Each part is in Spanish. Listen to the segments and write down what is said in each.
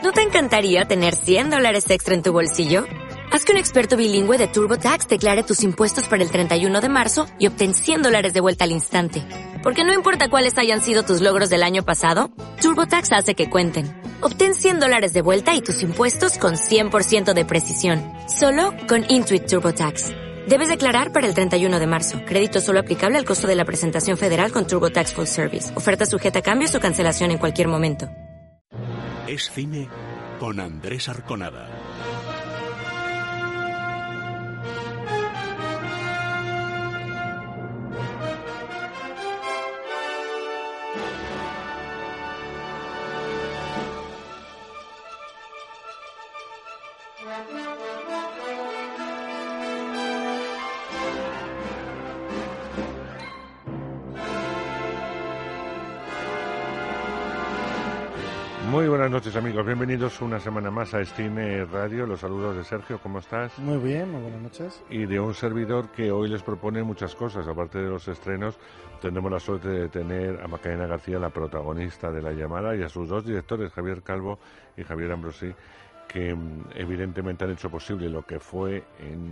¿No te encantaría tener $100 extra en tu bolsillo? Haz que un experto bilingüe de TurboTax declare tus impuestos para el 31 de marzo y obtén $100 de vuelta al instante. Porque no importa cuáles hayan sido tus logros del año pasado, TurboTax hace que cuenten. Obtén $100 de vuelta y tus impuestos con 100% de precisión. Solo con Intuit TurboTax. Debes declarar para el 31 de marzo. Crédito solo aplicable al costo de la presentación federal con TurboTax Full Service. Oferta sujeta a cambios o cancelación en cualquier momento. Es cine con Andrés Arconada. Muy buenas noches, amigos. Bienvenidos una semana más a Cine Radio. Los saludos de Sergio, ¿cómo estás? Muy bien, muy buenas noches. Y de un servidor que hoy les propone muchas cosas. Aparte de los estrenos, tendremos la suerte de tener a Macarena García, la protagonista de la llamada, y a sus dos directores, Javier Calvo y Javier Ambrosi, que evidentemente han hecho posible lo que fue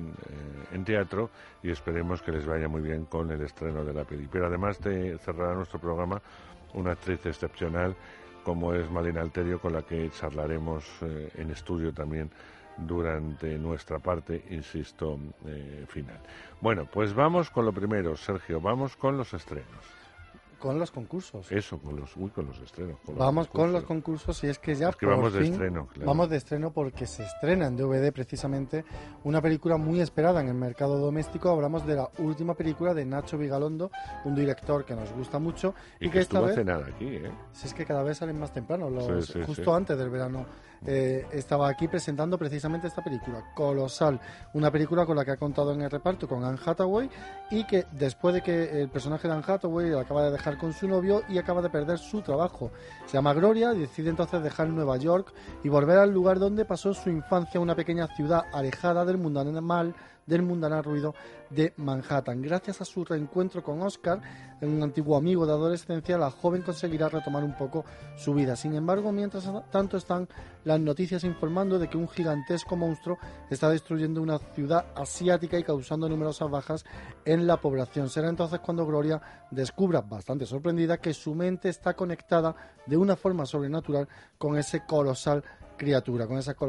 en teatro, y esperemos que les vaya muy bien con el estreno de la peli. Pero además cerrará nuestro programa una actriz excepcional como es Malena Alterio, con la que charlaremos en estudio también durante nuestra parte, insisto, final. Bueno, pues vamos con lo primero, Sergio, vamos con los estrenos. Con los concursos. Eso, con los estrenos. Con los concursos, y es que ya vamos de estreno, claro. Vamos de estreno porque se estrena en DVD precisamente una película muy esperada en el mercado doméstico. Hablamos de la última película de Nacho Vigalondo, un director que nos gusta mucho. Y que esta vez hace nada aquí, ¿eh? Si es que cada vez salen más temprano, justo antes del verano. Estaba aquí presentando precisamente esta película, Colosal, una película con la que ha contado en el reparto con Anne Hathaway, y que después de que el personaje de Anne Hathaway acaba de dejar con su novio y acaba de perder su trabajo, se llama Gloria, y decide entonces dejar Nueva York y volver al lugar donde pasó su infancia, una pequeña ciudad alejada del mundanal ruido de Manhattan. Gracias a su reencuentro con Oscar, un antiguo amigo de adolescencia, la joven conseguirá retomar un poco su vida. Sin embargo, mientras tanto están las noticias informando de que un gigantesco monstruo está destruyendo una ciudad asiática y causando numerosas bajas en la población. Será entonces cuando Gloria descubra, bastante sorprendida, que su mente está conectada de una forma sobrenatural con esa colosal criatura,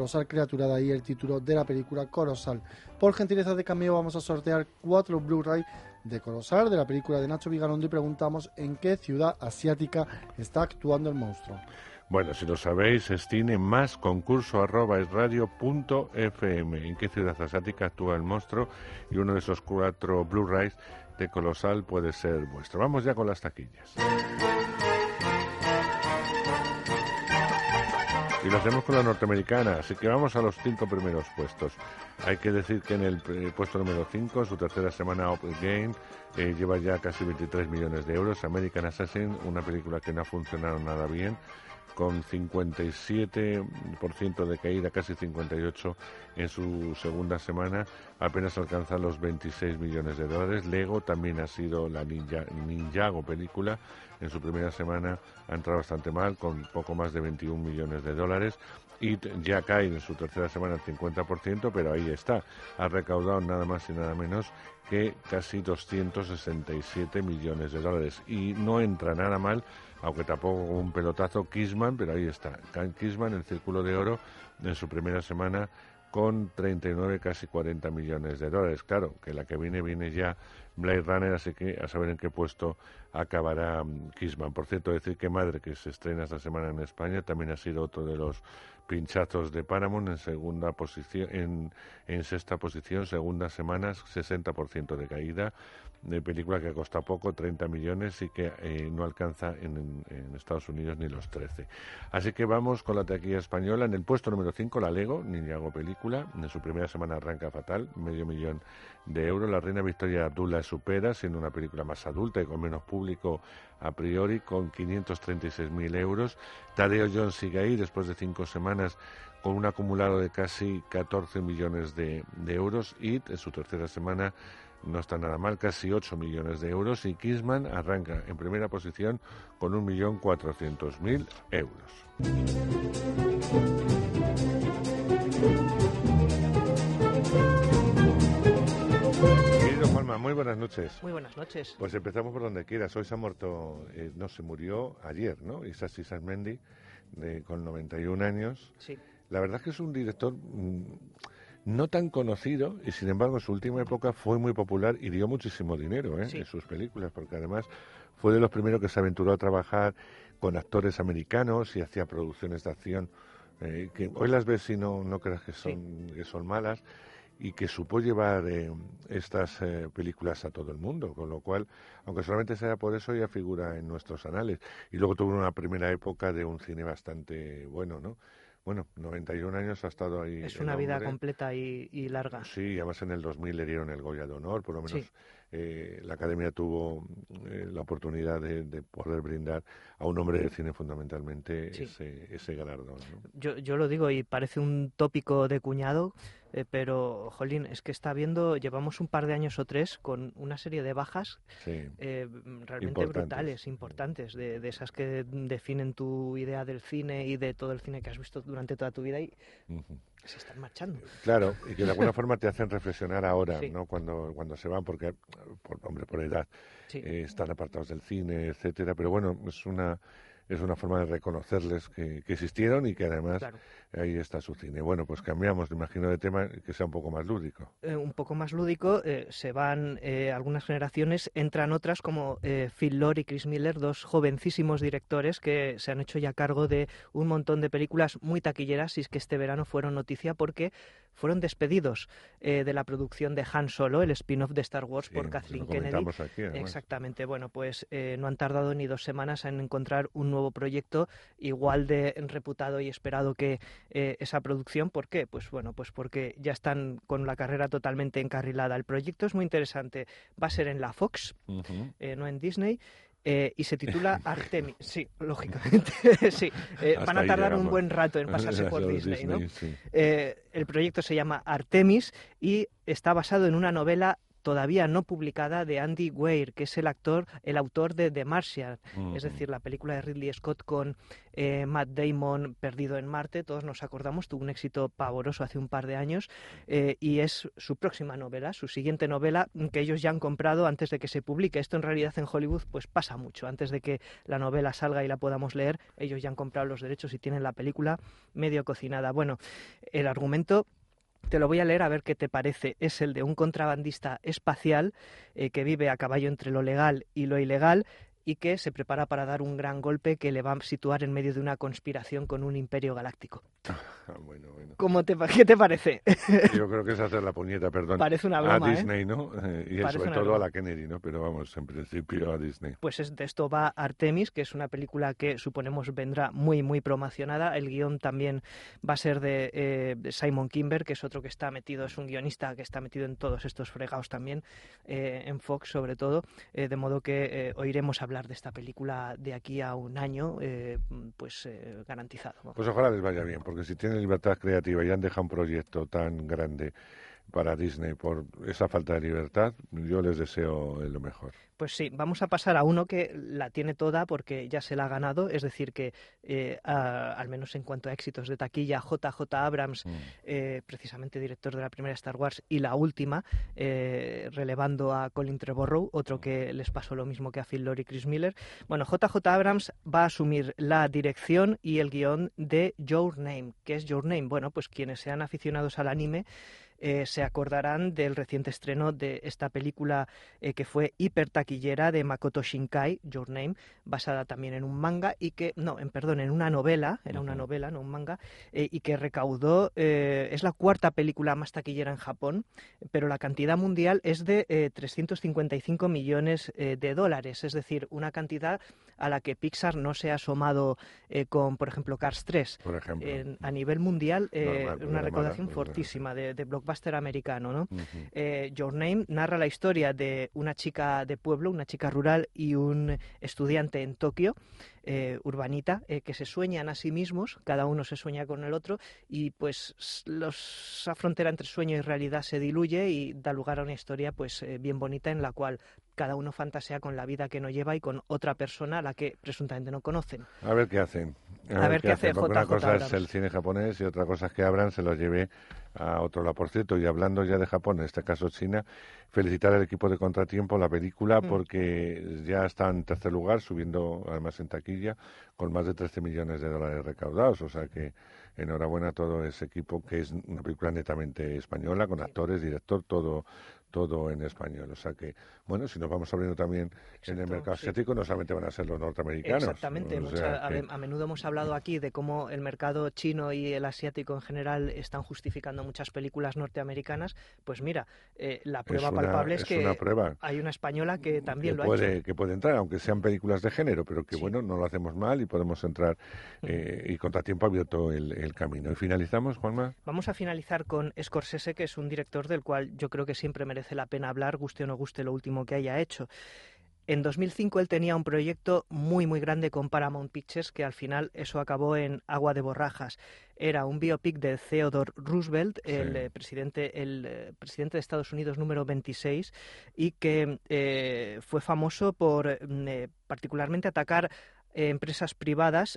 de ahí el título de la película, Colosal. Por gentileza de Cameo vamos a sortear 4 Blu-ray de Colosal, de la película de Nacho Vigalondo, y preguntamos en qué ciudad asiática está actuando el monstruo. Bueno, si lo sabéis, es cine más concurso@esradio.fm. ¿En qué ciudad asiática actúa el monstruo? Y uno de esos 4 Blu-rays de Colosal puede ser vuestro. Vamos ya con las taquillas. Y lo hacemos con la norteamericana, así que vamos a los 5 primeros puestos. Hay que decir que en el puesto número 5, su tercera semana Up Again, lleva ya casi 23 millones de euros. American Assassin, una película que no ha funcionado nada bien, con 57% de caída, casi 58% en su segunda semana, apenas alcanza los 26 millones de dólares. Lego también ha sido la Ninjago película. En su primera semana ha entrado bastante mal, con poco más de 21 millones de dólares. Y ya cae en su tercera semana el 50%, pero ahí está. Ha recaudado nada más y nada menos que casi 267 millones de dólares. Y no entra nada mal, aunque tampoco un pelotazo, Kissman, pero ahí está. Kissman, el Círculo de Oro, en su primera semana, con 39, casi 40 millones de dólares. Claro, que la que viene ya Blade Runner, así que a saber en qué puesto acabará Kissman. Por cierto, decir que Madre, que se estrena esta semana en España, también ha sido otro de los pinchazos de Paramount, en segunda posición, en sexta posición, segundas semanas, 60% de caída, de película que cuesta poco, 30 millones, y que no alcanza en Estados Unidos ni los 13. Así que vamos con la taquilla española. En el puesto número 5, la Lego, Ninjago película. En su primera semana arranca fatal, $500,000 de euros. La Reina Victoria Abdullah supera, siendo una película más adulta y con menos público a priori, con 536.000 euros. Tadeo Jones sigue ahí después de 5 semanas con un acumulado de casi 14 millones de euros. Y en su tercera semana no está nada mal, casi 8 millones de euros. Y Kissman arranca en primera posición con 1.400.000 euros. muy buenas noches. Muy buenas noches. Pues empezamos por donde quieras. Hoy se ha muerto, se murió ayer, ¿no? Isas Isasmendi, con 91 años. Sí. La verdad es que es un director no tan conocido y, sin embargo, en su última época fue muy popular y dio muchísimo dinero en sus películas, porque además fue de los primeros que se aventuró a trabajar con actores americanos y hacía producciones de acción que hoy las ves y no creas que son malas, y que supo llevar estas películas a todo el mundo, con lo cual, aunque solamente sea por eso, ya figura en nuestros anales. Y luego tuvo una primera época de un cine bastante bueno, ¿no? Bueno, 91 años ha estado ahí. Es una vida completa y larga. Sí, además en el 2000 le dieron el Goya de Honor, por lo menos la Academia tuvo la oportunidad de poder brindar a un hombre del cine fundamentalmente ese galardón, ¿no? Yo lo digo y parece un tópico de cuñado, pero, jolín, es que llevamos un par de años o tres con una serie de bajas realmente brutales, importantes, de esas que definen tu idea del cine y de todo el cine que has visto durante toda tu vida y se están marchando. Claro, y que de alguna forma te hacen reflexionar ahora, ¿no? Cuando se van, porque, por edad, están apartados del cine, etcétera, pero bueno, es una forma de reconocerles que existieron y que además ahí está su cine. Bueno, pues cambiamos, me imagino, de tema, que sea un poco más lúdico. Un poco más lúdico, se van algunas generaciones, entran otras como Phil Lord y Chris Miller, dos jovencísimos directores que se han hecho ya cargo de un montón de películas muy taquilleras, y es que este verano fueron noticia porque fueron despedidos de la producción de Han Solo, el spin-off de Star Wars, por Kathleen Kennedy. Aquí, exactamente. Bueno, pues no han tardado ni 2 semanas en encontrar un nuevo proyecto igual de reputado y esperado que esa producción. ¿Por qué? Pues bueno, pues porque ya están con la carrera totalmente encarrilada. El proyecto es muy interesante. Va a ser en la Fox, no en Disney. Y se titula Artemis. Sí, lógicamente. Sí, van a tardar un buen rato en pasarse por Disney, ¿no? Sí. El proyecto se llama Artemis y está basado en una novela todavía no publicada de Andy Weir, que es el autor de The Martian, es decir, la película de Ridley Scott con Matt Damon, Perdido en Marte. Todos nos acordamos, tuvo un éxito pavoroso hace un par de años, y es su próxima novela, su siguiente novela, que ellos ya han comprado antes de que se publique. Esto en realidad en Hollywood pues pasa mucho. Antes de que la novela salga y la podamos leer, ellos ya han comprado los derechos y tienen la película medio cocinada. Bueno, el argumento te lo voy a leer a ver qué te parece. Es el de un contrabandista espacial que vive a caballo entre lo legal y lo ilegal y que se prepara para dar un gran golpe que le va a situar en medio de una conspiración con un imperio galáctico. Bueno. ¿Qué te parece? Yo creo que es hacer la puñeta, perdón. Parece una broma, a Disney, ¿no? Y sobre todo broma. A la Kennedy, ¿no? Pero vamos, en principio a Disney. Pues de esto va Artemis, que es una película que suponemos vendrá muy, muy promocionada. El guión también va a ser de Simon Kimber, que es otro que está metido, es un guionista que está metido en todos estos fregados también, en Fox sobre todo, de modo que oiremos hablar de esta película de aquí a un año, garantizado. Pues ojalá les vaya bien, porque si tienen libertad creativa y han dejado un proyecto tan grande para Disney por esa falta de libertad, yo les deseo lo mejor. Pues sí, vamos a pasar a uno que la tiene toda porque ya se la ha ganado, es decir que al menos en cuanto a éxitos de taquilla, J.J. Abrams, precisamente director de la primera Star Wars y la última, relevando a Colin Trevorrow, otro que les pasó lo mismo que a Phil Lord y Chris Miller. Bueno, J.J. Abrams va a asumir la dirección y el guión de Your Name. ¿Qué es Your Name? Bueno, pues quienes sean aficionados al anime se acordarán del reciente estreno de esta película que fue hiper taquillera de Makoto Shinkai, Your Name, basada también en un manga y que, en una novela, era una novela, no un manga, y que recaudó, es la 4ª película más taquillera en Japón, pero la cantidad mundial es de 355 millones de dólares, es decir, una cantidad a la que Pixar no se ha asomado con, por ejemplo, Cars 3. Por ejemplo. A nivel mundial, una recaudación fortísima de blockbuster americano, ¿no? Your Name narra la historia de una chica de pueblo, una chica rural y un estudiante en Tokio urbanita, que se sueñan a sí mismos, cada uno se sueña con el otro, y pues esa frontera entre sueño y realidad se diluye y da lugar a una historia pues bien bonita, en la cual cada uno fantasea con la vida que no lleva y con otra persona a la que presuntamente no conocen. A ver qué hacen. A ver qué hace Porque una JJ cosa Abrams. es el cine japonés y otra cosa es que Abrams se lo lleve a otro lado. Por cierto, y hablando ya de Japón, en este caso China, felicitar al equipo de Contratiempo, la película, porque ya está en tercer lugar, subiendo además en taquilla, con más de 13 millones de dólares recaudados. O sea que enhorabuena a todo ese equipo, que es una película netamente española, con actores, director, todo en español. O sea que, bueno, si nos vamos abriendo también en el mercado asiático, no solamente van a ser los norteamericanos. Exactamente. A menudo hemos hablado aquí de cómo el mercado chino y el asiático en general están justificando muchas películas norteamericanas. Pues mira, la prueba palpable es que hay una española que también lo ha hecho. Que puede entrar, aunque sean películas de género, pero que bueno, no lo hacemos mal y podemos entrar, y Contratiempo ha abierto el camino. ¿Y finalizamos, Juanma? Vamos a finalizar con Scorsese, que es un director del cual yo creo que siempre merece la pena hablar, guste o no guste lo último que haya hecho. En 2005 él tenía un proyecto muy muy grande con Paramount Pictures, que al final eso acabó en agua de borrajas. Era un biopic de Theodore Roosevelt, el presidente de Estados Unidos número 26, y que fue famoso por particularmente atacar empresas privadas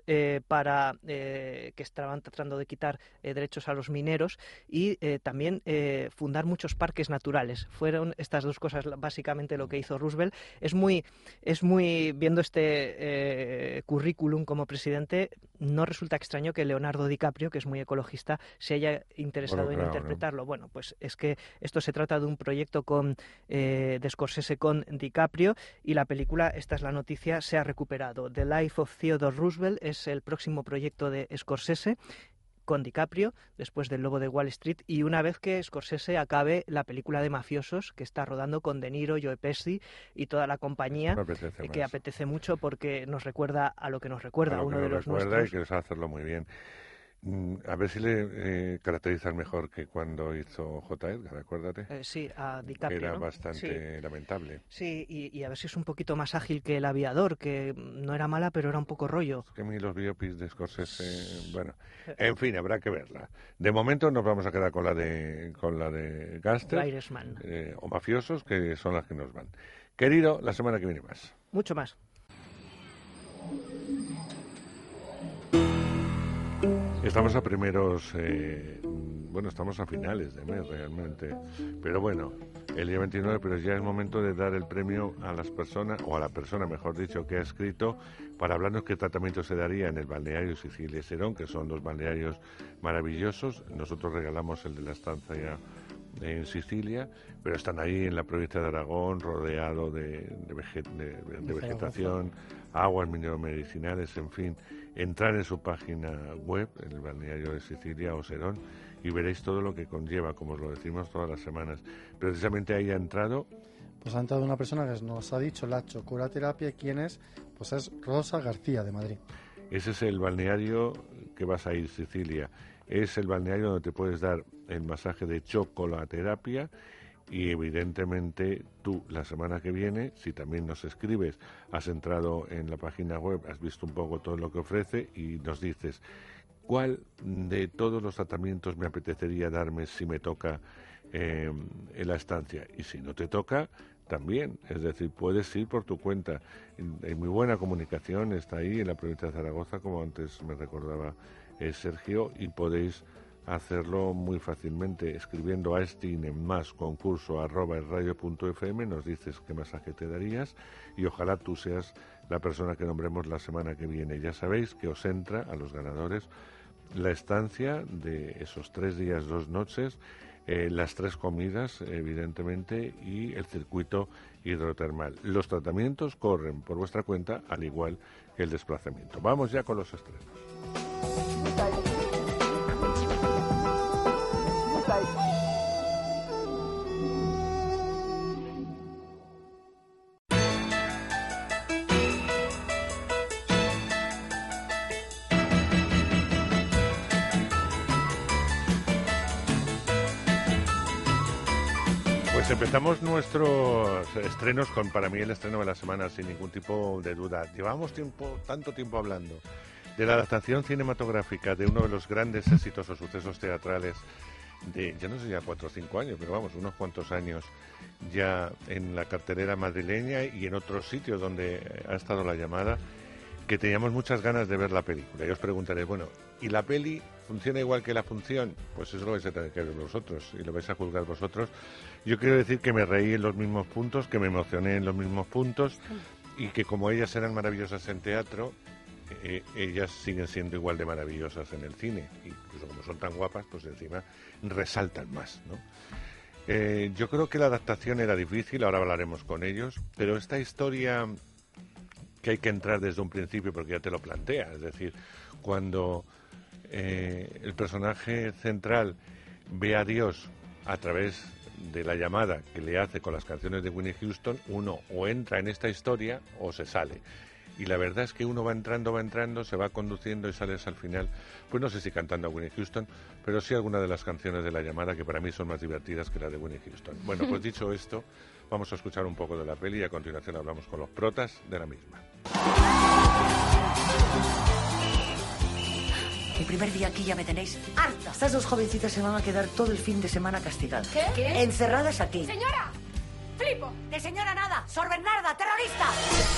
que estaban tratando de quitar derechos a los mineros, y también fundar muchos parques naturales. Fueron estas dos cosas básicamente lo que hizo Roosevelt. Es muy viendo este currículum como presidente, no resulta extraño que Leonardo DiCaprio, que es muy ecologista, se haya interesado en interpretarlo. ¿No? Bueno, pues es que esto se trata de un proyecto de Scorsese con DiCaprio, y la película, esta es la noticia, se ha recuperado. The Life of Theodore Roosevelt es el próximo proyecto de Scorsese con DiCaprio, después del Lobo de Wall Street, y una vez que Scorsese acabe la película de mafiosos que está rodando con De Niro, Joe Pesci y toda la compañía, que apetece mucho porque nos recuerda a lo que nos recuerda, uno de los nuestros. Y que sabe hacerlo muy bien. A ver si le caracterizan mejor que cuando hizo J. Edgar, acuérdate. Sí, a DiCaprio, era bastante lamentable. Sí, y a ver si es un poquito más ágil que El Aviador, que no era mala, pero era un poco rollo. Es que a mí los biopics de Scorsese, bueno, en fin, habrá que verla. De momento nos vamos a quedar con la de Gangster o Mafiosos, que son las que nos van. Querido, la semana que viene más. Mucho más. Estamos a primeros, estamos a finales de mes realmente, pero bueno, el día 29, pero ya es momento de dar el premio a las personas, o a la persona, mejor dicho, que ha escrito para hablarnos qué tratamiento se daría en el balneario Sicilia y Serón, que son dos balnearios maravillosos. Nosotros regalamos el de la estancia en Sicilia, pero están ahí en la provincia de Aragón, rodeado de vegetación, aguas mineromedicinales, en fin. Entrar en su página web, en el balneario de Sicilia o Serón, y veréis todo lo que conlleva, como os lo decimos todas las semanas. Precisamente ahí ha entrado... Pues ha entrado una persona que nos ha dicho la chocolaterapia. ¿Quién es? Pues es Rosa García, de Madrid. Ese es el balneario que vas a ir, Sicilia. Es el balneario donde te puedes dar el masaje de chocolaterapia, y evidentemente tú la semana que viene, si también nos escribes, has entrado en la página web, has visto un poco todo lo que ofrece y nos dices cuál de todos los tratamientos me apetecería darme si me toca en la estancia, y si no te toca también, es decir, puedes ir por tu cuenta. Hay muy buena comunicación, está ahí en la provincia de Zaragoza, como antes me recordaba Sergio, y podéis hacerlo muy fácilmente escribiendo a @radio.fm, nos dices qué masaje te darías y ojalá tú seas la persona que nombremos la semana que viene. Ya sabéis que os entra a los ganadores la estancia de esos 3 días, 2 noches, las 3 comidas, evidentemente, y el circuito hidrotermal. Los tratamientos corren por vuestra cuenta, al igual que el desplazamiento. Vamos ya con los estrenos. Pues empezamos nuestros estrenos con, para mí, el estreno de la semana, sin ningún tipo de duda. Llevamos tanto tiempo hablando de la adaptación cinematográfica de uno de los grandes éxitos o sucesos teatrales de, yo no sé, ya 4 o 5 años, pero vamos, unos cuantos años ya en la cartelera madrileña y en otros sitios donde ha estado La Llamada, que teníamos muchas ganas de ver la película. Y os preguntaré, bueno, ¿y la peli funciona igual que la función? Pues eso lo vais a tener que ver vosotros y lo vais a juzgar vosotros. Yo quiero decir que me reí en los mismos puntos, que me emocioné en los mismos puntos y que como ellas eran maravillosas en teatro, ellas siguen siendo igual de maravillosas en el cine. Incluso como son tan guapas, pues encima resaltan más, ¿no? Yo creo que la adaptación era difícil, ahora hablaremos con ellos, pero esta historia que hay que entrar desde un principio porque ya te lo plantea, es decir, cuando el personaje central ve a Dios a través de la llamada que le hace con las canciones de Whitney Houston, uno o entra en esta historia o se sale. Y la verdad es que uno va entrando, se va conduciendo y sales al final, pues no sé si cantando a Whitney Houston, pero sí alguna de las canciones de La Llamada que para mí son más divertidas que las de Whitney Houston. Bueno, pues dicho esto, vamos a escuchar un poco de la peli y a continuación hablamos con los protas de la misma. Mi primer día aquí ya me tenéis harta. Estas dos jovencitas se van a quedar todo el fin de semana castigadas. ¿Qué? Encerradas aquí. ¡Señora! ¡Flipo! ¡De señora nada! ¡Sor Bernarda, terrorista!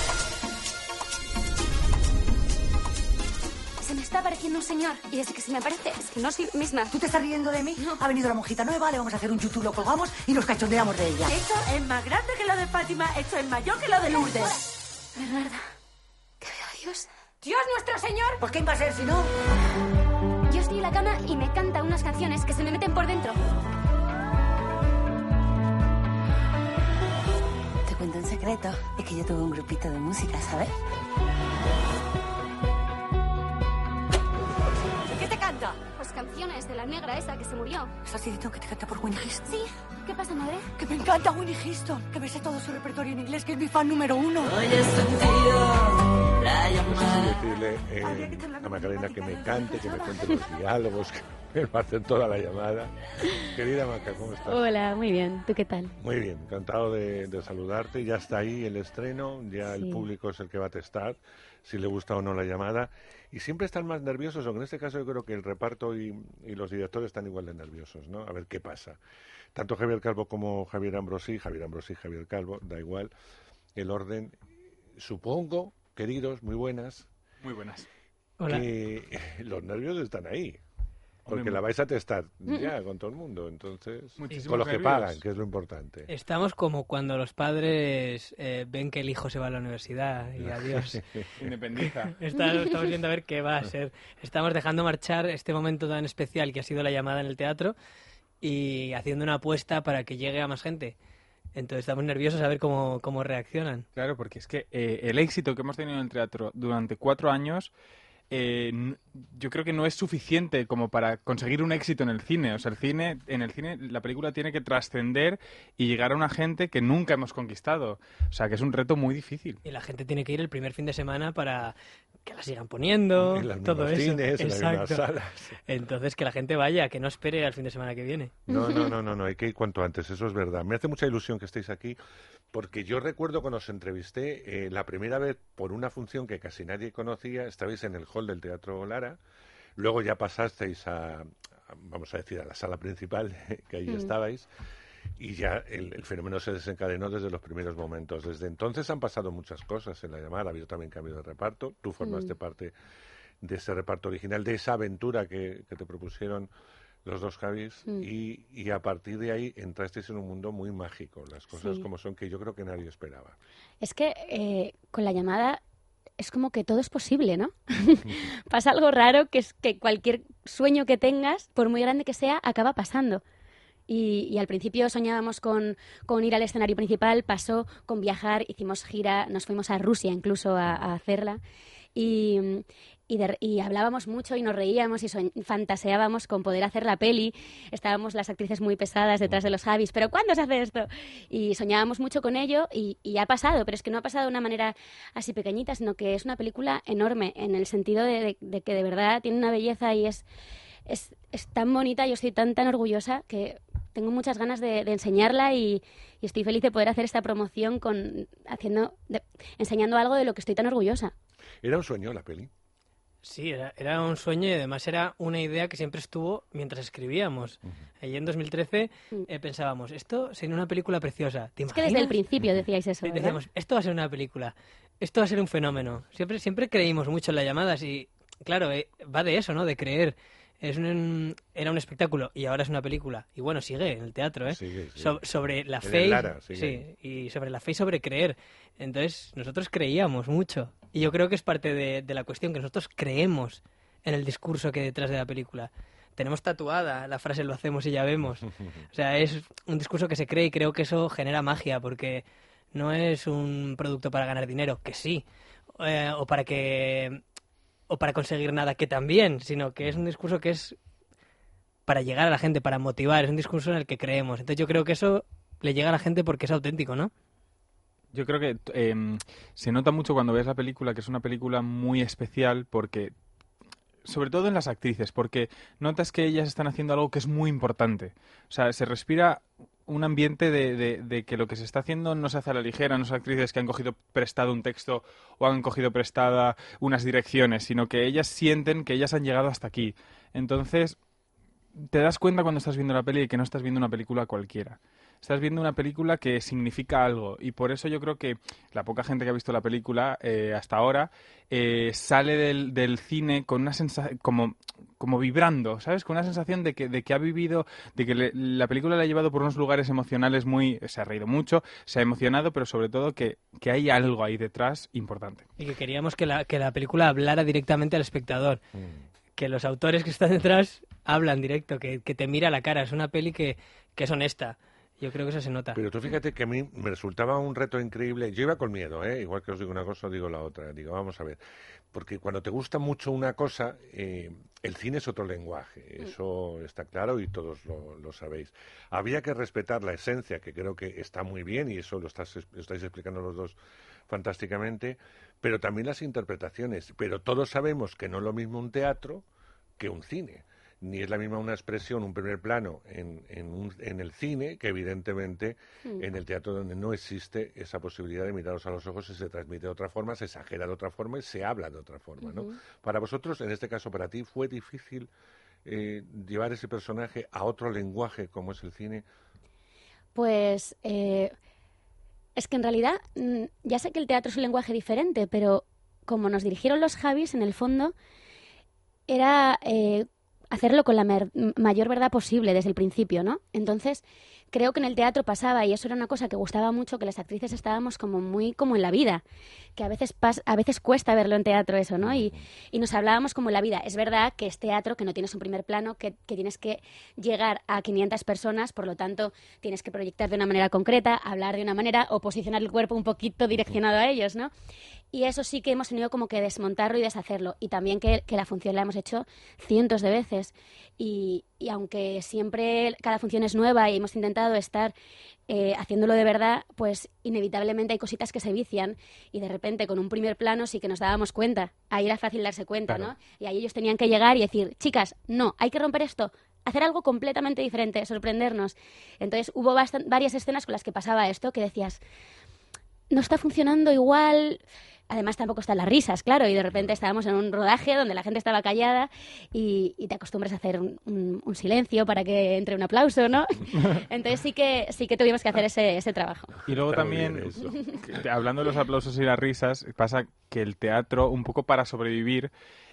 Se me está apareciendo un señor. Y desde que se me aparece, es que no soy misma. ¿Tú te estás riendo de mí? No. Ha venido la monjita nueva, le vamos a hacer un YouTube, lo colgamos y nos cachondeamos de ella. Esto es más grande que lo de Fátima, esto es mayor que lo de Lourdes. Bernarda, que veo a Dios. ¡Dios nuestro Señor! ¿Por quién va a ser si no? Yo estoy en la cama y me canta unas canciones que se me meten por dentro. Te cuento un secreto. Es que yo tuve un grupito de música, ¿sabes? ¿Qué te canta? Pues canciones de la negra esa que se murió. ¿Estás diciendo que te canta por Whitney Houston? Sí. ¿Qué pasa, madre? Que me encanta Whitney Houston, que me sé todo su repertorio en inglés, que es mi fan número 1. Decirle a Macarena que me cante, que me cuente los diálogos, que me hacen toda la llamada. Querida Maca, ¿cómo estás? Hola, muy bien. ¿Tú qué tal? Muy bien, encantado de saludarte. Ya está ahí el estreno, ya sí. El público es el que va a testar si le gusta o no la llamada. Y siempre están más nerviosos, aunque en este caso yo creo que el reparto y los directores están igual de nerviosos, ¿no? A ver qué pasa. Tanto Javier Calvo como Javier Ambrosí, Javier Calvo, da igual el orden. Supongo, queridos, muy buenas. Muy buenas. Hola. Que los nervios están ahí. Porque la vais a testar ya con todo el mundo, entonces, muchísimos con los nervios. que pagan, que es lo importante. Estamos como cuando los padres ven que el hijo se va a la universidad y adiós. Independiza. Estamos viendo a ver qué va a ser. Estamos dejando marchar este momento tan especial que ha sido la llamada en el teatro y haciendo una apuesta para que llegue a más gente. Entonces estamos nerviosos a ver cómo reaccionan. Claro, porque es que el éxito que hemos tenido en el teatro durante 4 años... yo creo que no es suficiente como para conseguir un éxito en el cine. O sea, en el cine la película tiene que trascender y llegar a una gente que nunca hemos conquistado. O sea, que es un reto muy difícil. Y la gente tiene que ir el primer fin de semana para que la sigan poniendo, en las todo eso. cines, en las mismas Exacto. salas. Entonces que la gente vaya, que no espere al fin de semana que viene. No, hay que ir cuanto antes, eso es verdad. Me hace mucha ilusión que estéis aquí, porque yo recuerdo cuando os entrevisté la primera vez por una función que casi nadie conocía, estabais en el hall del Teatro Lara, luego ya pasasteis vamos a decir, a la sala principal, que ahí estabais, y ya el fenómeno se desencadenó desde los primeros momentos. Desde entonces han pasado muchas cosas en la llamada, ha habido también cambio de reparto, tú formaste parte de ese reparto original, de esa aventura que te propusieron los dos Javis, y a partir de ahí entrasteis en un mundo muy mágico, las cosas como son, que yo creo que nadie esperaba. Es que con la llamada es como que todo es posible, ¿no? Pasa algo raro, que es que cualquier sueño que tengas, por muy grande que sea, acaba pasando. Y al principio soñábamos con ir al escenario principal, pasó con viajar, hicimos gira, nos fuimos a Rusia incluso a hacerla. Y hablábamos mucho y nos reíamos y fantaseábamos con poder hacer la peli. Estábamos las actrices muy pesadas detrás de los Javis, ¿pero cuándo se hace esto? Y soñábamos mucho con ello y ha pasado, pero es que no ha pasado de una manera así pequeñita, sino que es una película enorme en el sentido de que de verdad tiene una belleza y es tan bonita. Yo estoy tan orgullosa que tengo muchas ganas de enseñarla y estoy feliz de poder hacer esta promoción enseñando algo de lo que estoy tan orgullosa. ¿Era un sueño la peli? Sí, era un sueño y además era una idea que siempre estuvo mientras escribíamos. Allí en 2013 pensábamos, esto sería una película preciosa. ¿Te imaginas? Es que desde el principio decíais eso, ¿verdad? Decíamos, esto va a ser una película, esto va a ser un fenómeno. Siempre creímos mucho en las llamadas y, claro, va de eso, ¿no? De creer. Era un espectáculo y ahora es una película. Y bueno, sigue en el teatro, ¿eh? Sigue. Sobre la fe. Y sobre la fe y sobre creer. Entonces, nosotros creíamos mucho. Y yo creo que es parte de la cuestión, que nosotros creemos en el discurso que hay detrás de la película. Tenemos tatuada la frase "lo hacemos y ya vemos". O sea, es un discurso que se cree y creo que eso genera magia, porque no es un producto para ganar dinero, que sí, o para conseguir nada, que también, sino que es un discurso que es para llegar a la gente, para motivar, es un discurso en el que creemos. Entonces yo creo que eso le llega a la gente porque es auténtico, ¿no? Yo creo que se nota mucho cuando ves la película que es una película muy especial porque, sobre todo en las actrices, porque notas que ellas están haciendo algo que es muy importante. O sea, se respira un ambiente de que lo que se está haciendo no se hace a la ligera, no son actrices que han cogido prestado un texto o han cogido prestada unas direcciones, sino que ellas sienten que ellas han llegado hasta aquí. Entonces, te das cuenta cuando estás viendo la peli de que no estás viendo una película cualquiera. Estás viendo una película que significa algo y por eso yo creo que la poca gente que ha visto la película hasta ahora sale del cine con una sensación como vibrando, ¿sabes? Con una sensación de que ha vivido, de que la película le ha llevado por unos lugares emocionales se ha reído mucho, se ha emocionado, pero sobre todo que hay algo ahí detrás importante. Y que queríamos que la película hablara directamente al espectador. Que los autores que están detrás hablan directo, que te mira a la cara. Es una peli que es honesta. Yo creo que eso se nota. Pero tú fíjate que a mí me resultaba un reto increíble. Yo iba con miedo, igual que os digo una cosa, os digo la otra. Digo, vamos a ver. Porque cuando te gusta mucho una cosa, el cine es otro lenguaje. Eso está claro y todos lo sabéis. Había que respetar la esencia, que creo que está muy bien, y eso lo estáis explicando los dos fantásticamente, pero también las interpretaciones. Pero todos sabemos que no es lo mismo un teatro que un cine. Ni es la misma una expresión, un primer plano en el cine, que evidentemente en el teatro, donde no existe esa posibilidad de miraros a los ojos y se transmite de otra forma, se exagera de otra forma y se habla de otra forma, ¿no? Para vosotros, en este caso para ti, ¿fue difícil llevar ese personaje a otro lenguaje como es el cine? Pues es que en realidad ya sé que el teatro es un lenguaje diferente, pero como nos dirigieron los Javis, en el fondo era hacerlo con la mayor verdad posible desde el principio, ¿no? Entonces, creo que en el teatro pasaba, y eso era una cosa que gustaba mucho, que las actrices estábamos como muy como en la vida, que a veces cuesta verlo en teatro eso, ¿no? Y nos hablábamos como en la vida. Es verdad que es teatro, que no tienes un primer plano, que tienes que llegar a 500 personas, por lo tanto, tienes que proyectar de una manera concreta, hablar de una manera o posicionar el cuerpo un poquito direccionado a ellos, ¿no? Y eso sí que hemos tenido como que desmontarlo y deshacerlo. Y también que la función la hemos hecho cientos de veces. Y aunque siempre cada función es nueva y hemos intentado estar haciéndolo de verdad, pues inevitablemente hay cositas que se vician y de repente con un primer plano sí que nos dábamos cuenta. Ahí era fácil darse cuenta, claro, ¿no? Y ahí ellos tenían que llegar y decir, chicas, no, hay que romper esto, hacer algo completamente diferente, sorprendernos. Entonces hubo varias escenas con las que pasaba esto, que decías, no está funcionando igual. Además tampoco están las risas, claro, y de repente estábamos en un rodaje donde la gente estaba callada y te acostumbras a hacer un silencio para que entre un aplauso, ¿no? Entonces sí que tuvimos que hacer ese trabajo. Y luego también, hablando de los aplausos y las risas, pasa que el teatro, un poco para sobrevivir,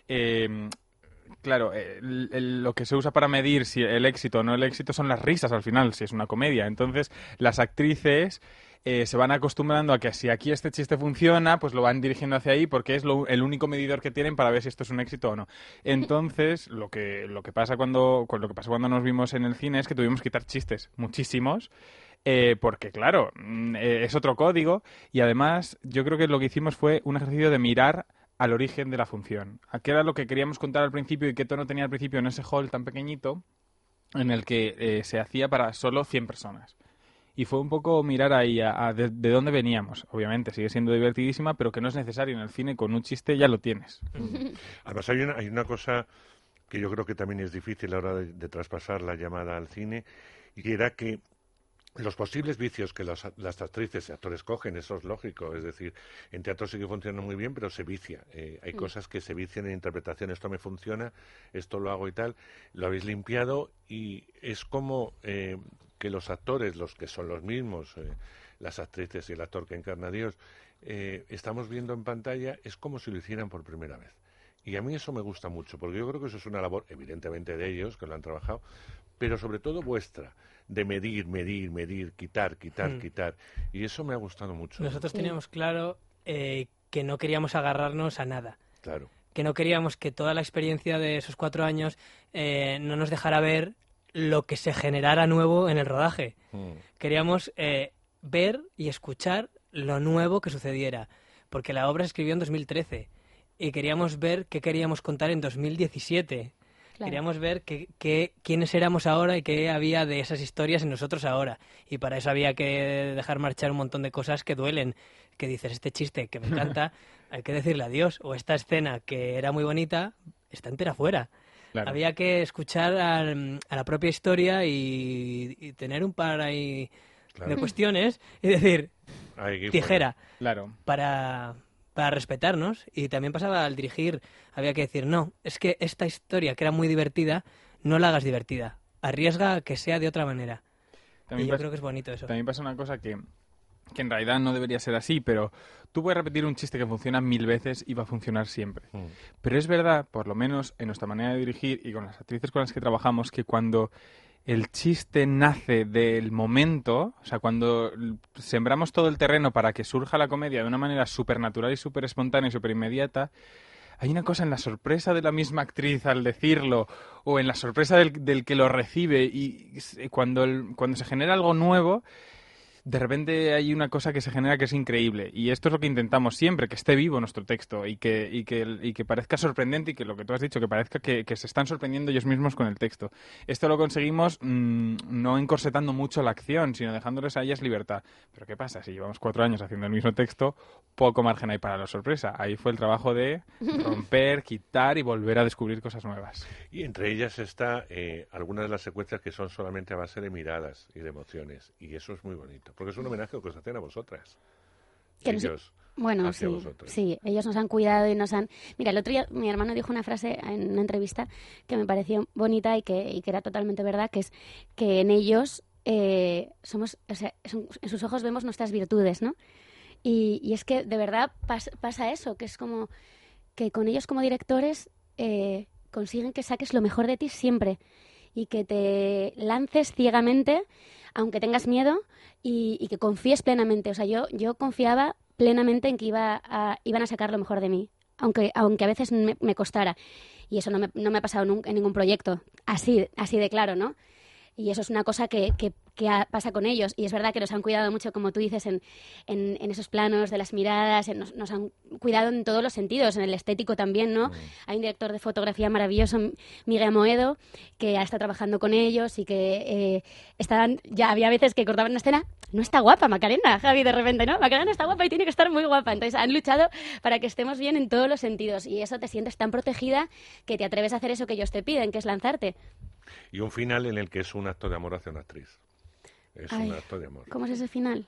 claro, lo que se usa para medir si el éxito o no el éxito son las risas al final, si es una comedia. Entonces, las actrices se van acostumbrando a que si aquí este chiste funciona, pues lo van dirigiendo hacia ahí porque es el único medidor que tienen para ver si esto es un éxito o no. Entonces, lo que pasa cuando nos vimos en el cine es que tuvimos que quitar chistes, muchísimos, porque claro, es otro código y además yo creo que lo que hicimos fue un ejercicio de mirar al origen de la función. ¿A qué era lo que queríamos contar al principio y qué tono tenía al principio en ese hall tan pequeñito en el que se hacía para solo 100 personas? Y fue un poco mirar ahí de dónde veníamos. Obviamente sigue siendo divertidísima, pero que no es necesario. En el cine con un chiste ya lo tienes. Además hay una cosa que yo creo que también es difícil a la hora de traspasar la llamada al cine, y era que los posibles vicios que las actrices y actores cogen, eso es lógico, es decir, en teatro sí que funciona muy bien, pero se vicia. Hay cosas que se vician en interpretación, esto me funciona, esto lo hago y tal, lo habéis limpiado y es como que los actores, los que son los mismos, las actrices y el actor que encarna a Dios, estamos viendo en pantalla, es como si lo hicieran por primera vez. Y a mí eso me gusta mucho, porque yo creo que eso es una labor, evidentemente de ellos, que lo han trabajado, pero sobre todo vuestra, de medir, quitar. Y eso me ha gustado mucho. Nosotros teníamos claro que no queríamos agarrarnos a nada. Claro. Que no queríamos que toda la experiencia de esos 4 años no nos dejara ver lo que se generara nuevo en el rodaje. Queríamos ver y escuchar lo nuevo que sucediera, porque la obra se escribió en 2013 y queríamos ver qué queríamos contar en 2017. Claro. Queríamos ver quiénes éramos ahora y qué había de esas historias en nosotros ahora. Y para eso había que dejar marchar un montón de cosas que duelen. Que dices, este chiste que me encanta, hay que decirle adiós. O esta escena que era muy bonita, está entera fuera. Claro. Había que escuchar a la propia historia y tener un par ahí de cuestiones y decir, tijera, para respetarnos. Y también pasaba al dirigir, había que decir, no, es que esta historia que era muy divertida, no la hagas divertida, arriesga a que sea de otra manera. También yo creo que es bonito eso. También pasa una cosa que en realidad no debería ser así, pero tú puedes repetir un chiste que funciona 1000 veces y va a funcionar siempre. Pero es verdad, por lo menos en nuestra manera de dirigir y con las actrices con las que trabajamos, que cuando el chiste nace del momento, o sea, cuando sembramos todo el terreno para que surja la comedia de una manera súper natural y súper espontánea y súper inmediata, hay una cosa en la sorpresa de la misma actriz al decirlo, o en la sorpresa del que lo recibe, y cuando se genera algo nuevo, de repente hay una cosa que se genera que es increíble. Y esto es lo que intentamos siempre, que esté vivo nuestro texto y que parezca sorprendente y que lo que tú has dicho, que parezca que se están sorprendiendo ellos mismos con el texto. Esto lo conseguimos no encorsetando mucho la acción, sino dejándoles a ellas libertad. Pero ¿qué pasa? Si llevamos 4 años haciendo el mismo texto, poco margen hay para la sorpresa. Ahí fue el trabajo de romper, quitar y volver a descubrir cosas nuevas. Y entre ellas está algunas de las secuencias que son solamente a base de miradas y de emociones. Y eso es muy bonito. Porque es un homenaje que os hacen a vosotras. Ellos bueno, sí, ellos nos han cuidado y nos han... Mira, el otro día mi hermano dijo una frase en una entrevista que me pareció bonita y que era totalmente verdad, que es que en ellos somos... O sea, en sus ojos vemos nuestras virtudes, ¿no? Y es que de verdad pasa eso, que es como que con ellos como directores consiguen que saques lo mejor de ti siempre y que te lances ciegamente aunque tengas miedo y que confíes plenamente. O sea, yo confiaba plenamente en que iban a sacar lo mejor de mí, aunque a veces me costara. Y eso no me ha pasado en ningún proyecto, así de claro, ¿no? Y eso es una cosa que pasa con ellos. Y es verdad que nos han cuidado mucho, como tú dices, en esos planos de las miradas. Nos han cuidado en todos los sentidos, en el estético también, ¿no? Hay un director de fotografía maravilloso, Miguel Amoedo, que ha estado trabajando con ellos y que ya había veces que cortaban una escena. No está guapa Macarena, Javi, de repente, ¿no? Macarena está guapa y tiene que estar muy guapa. Entonces han luchado para que estemos bien en todos los sentidos. Y eso te sientes tan protegida que te atreves a hacer eso que ellos te piden, que es lanzarte. Y un final en el que es un acto de amor hacia una actriz. Es un acto de amor. ¿Cómo es ese final?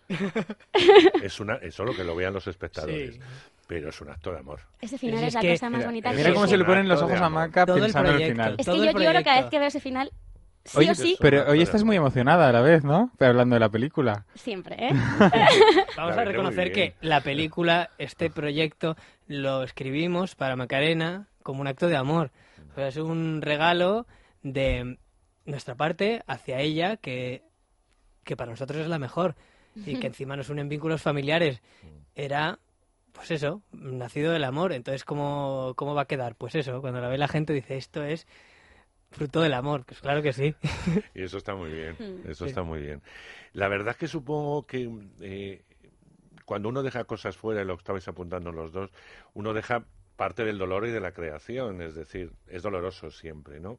Es solo que lo vean los espectadores. Sí. Pero es un acto de amor. Ese final es la cosa más bonita. Mira cómo se le ponen los ojos a Maca pensando en el final. Es que yo lloro cada vez que veo ese final. Sí oye, o sí. Pero hoy estás muy emocionada a la vez, ¿no? Hablando de la película. Siempre, ¿eh? Vamos a reconocer que la película, este proyecto, lo escribimos para Macarena como un acto de amor. O sea, es un regalo de nuestra parte hacia ella que para nosotros es la mejor y que encima nos unen vínculos familiares. Era, pues eso, nacido del amor. Entonces, ¿cómo va a quedar? Pues eso, cuando la ve la gente dice, esto es fruto del amor. Pues claro que sí. Y eso está muy bien, está muy bien. La verdad es que supongo que cuando uno deja cosas fuera, y lo estabais apuntando los dos, uno deja parte del dolor y de la creación, es decir, es doloroso siempre, ¿no?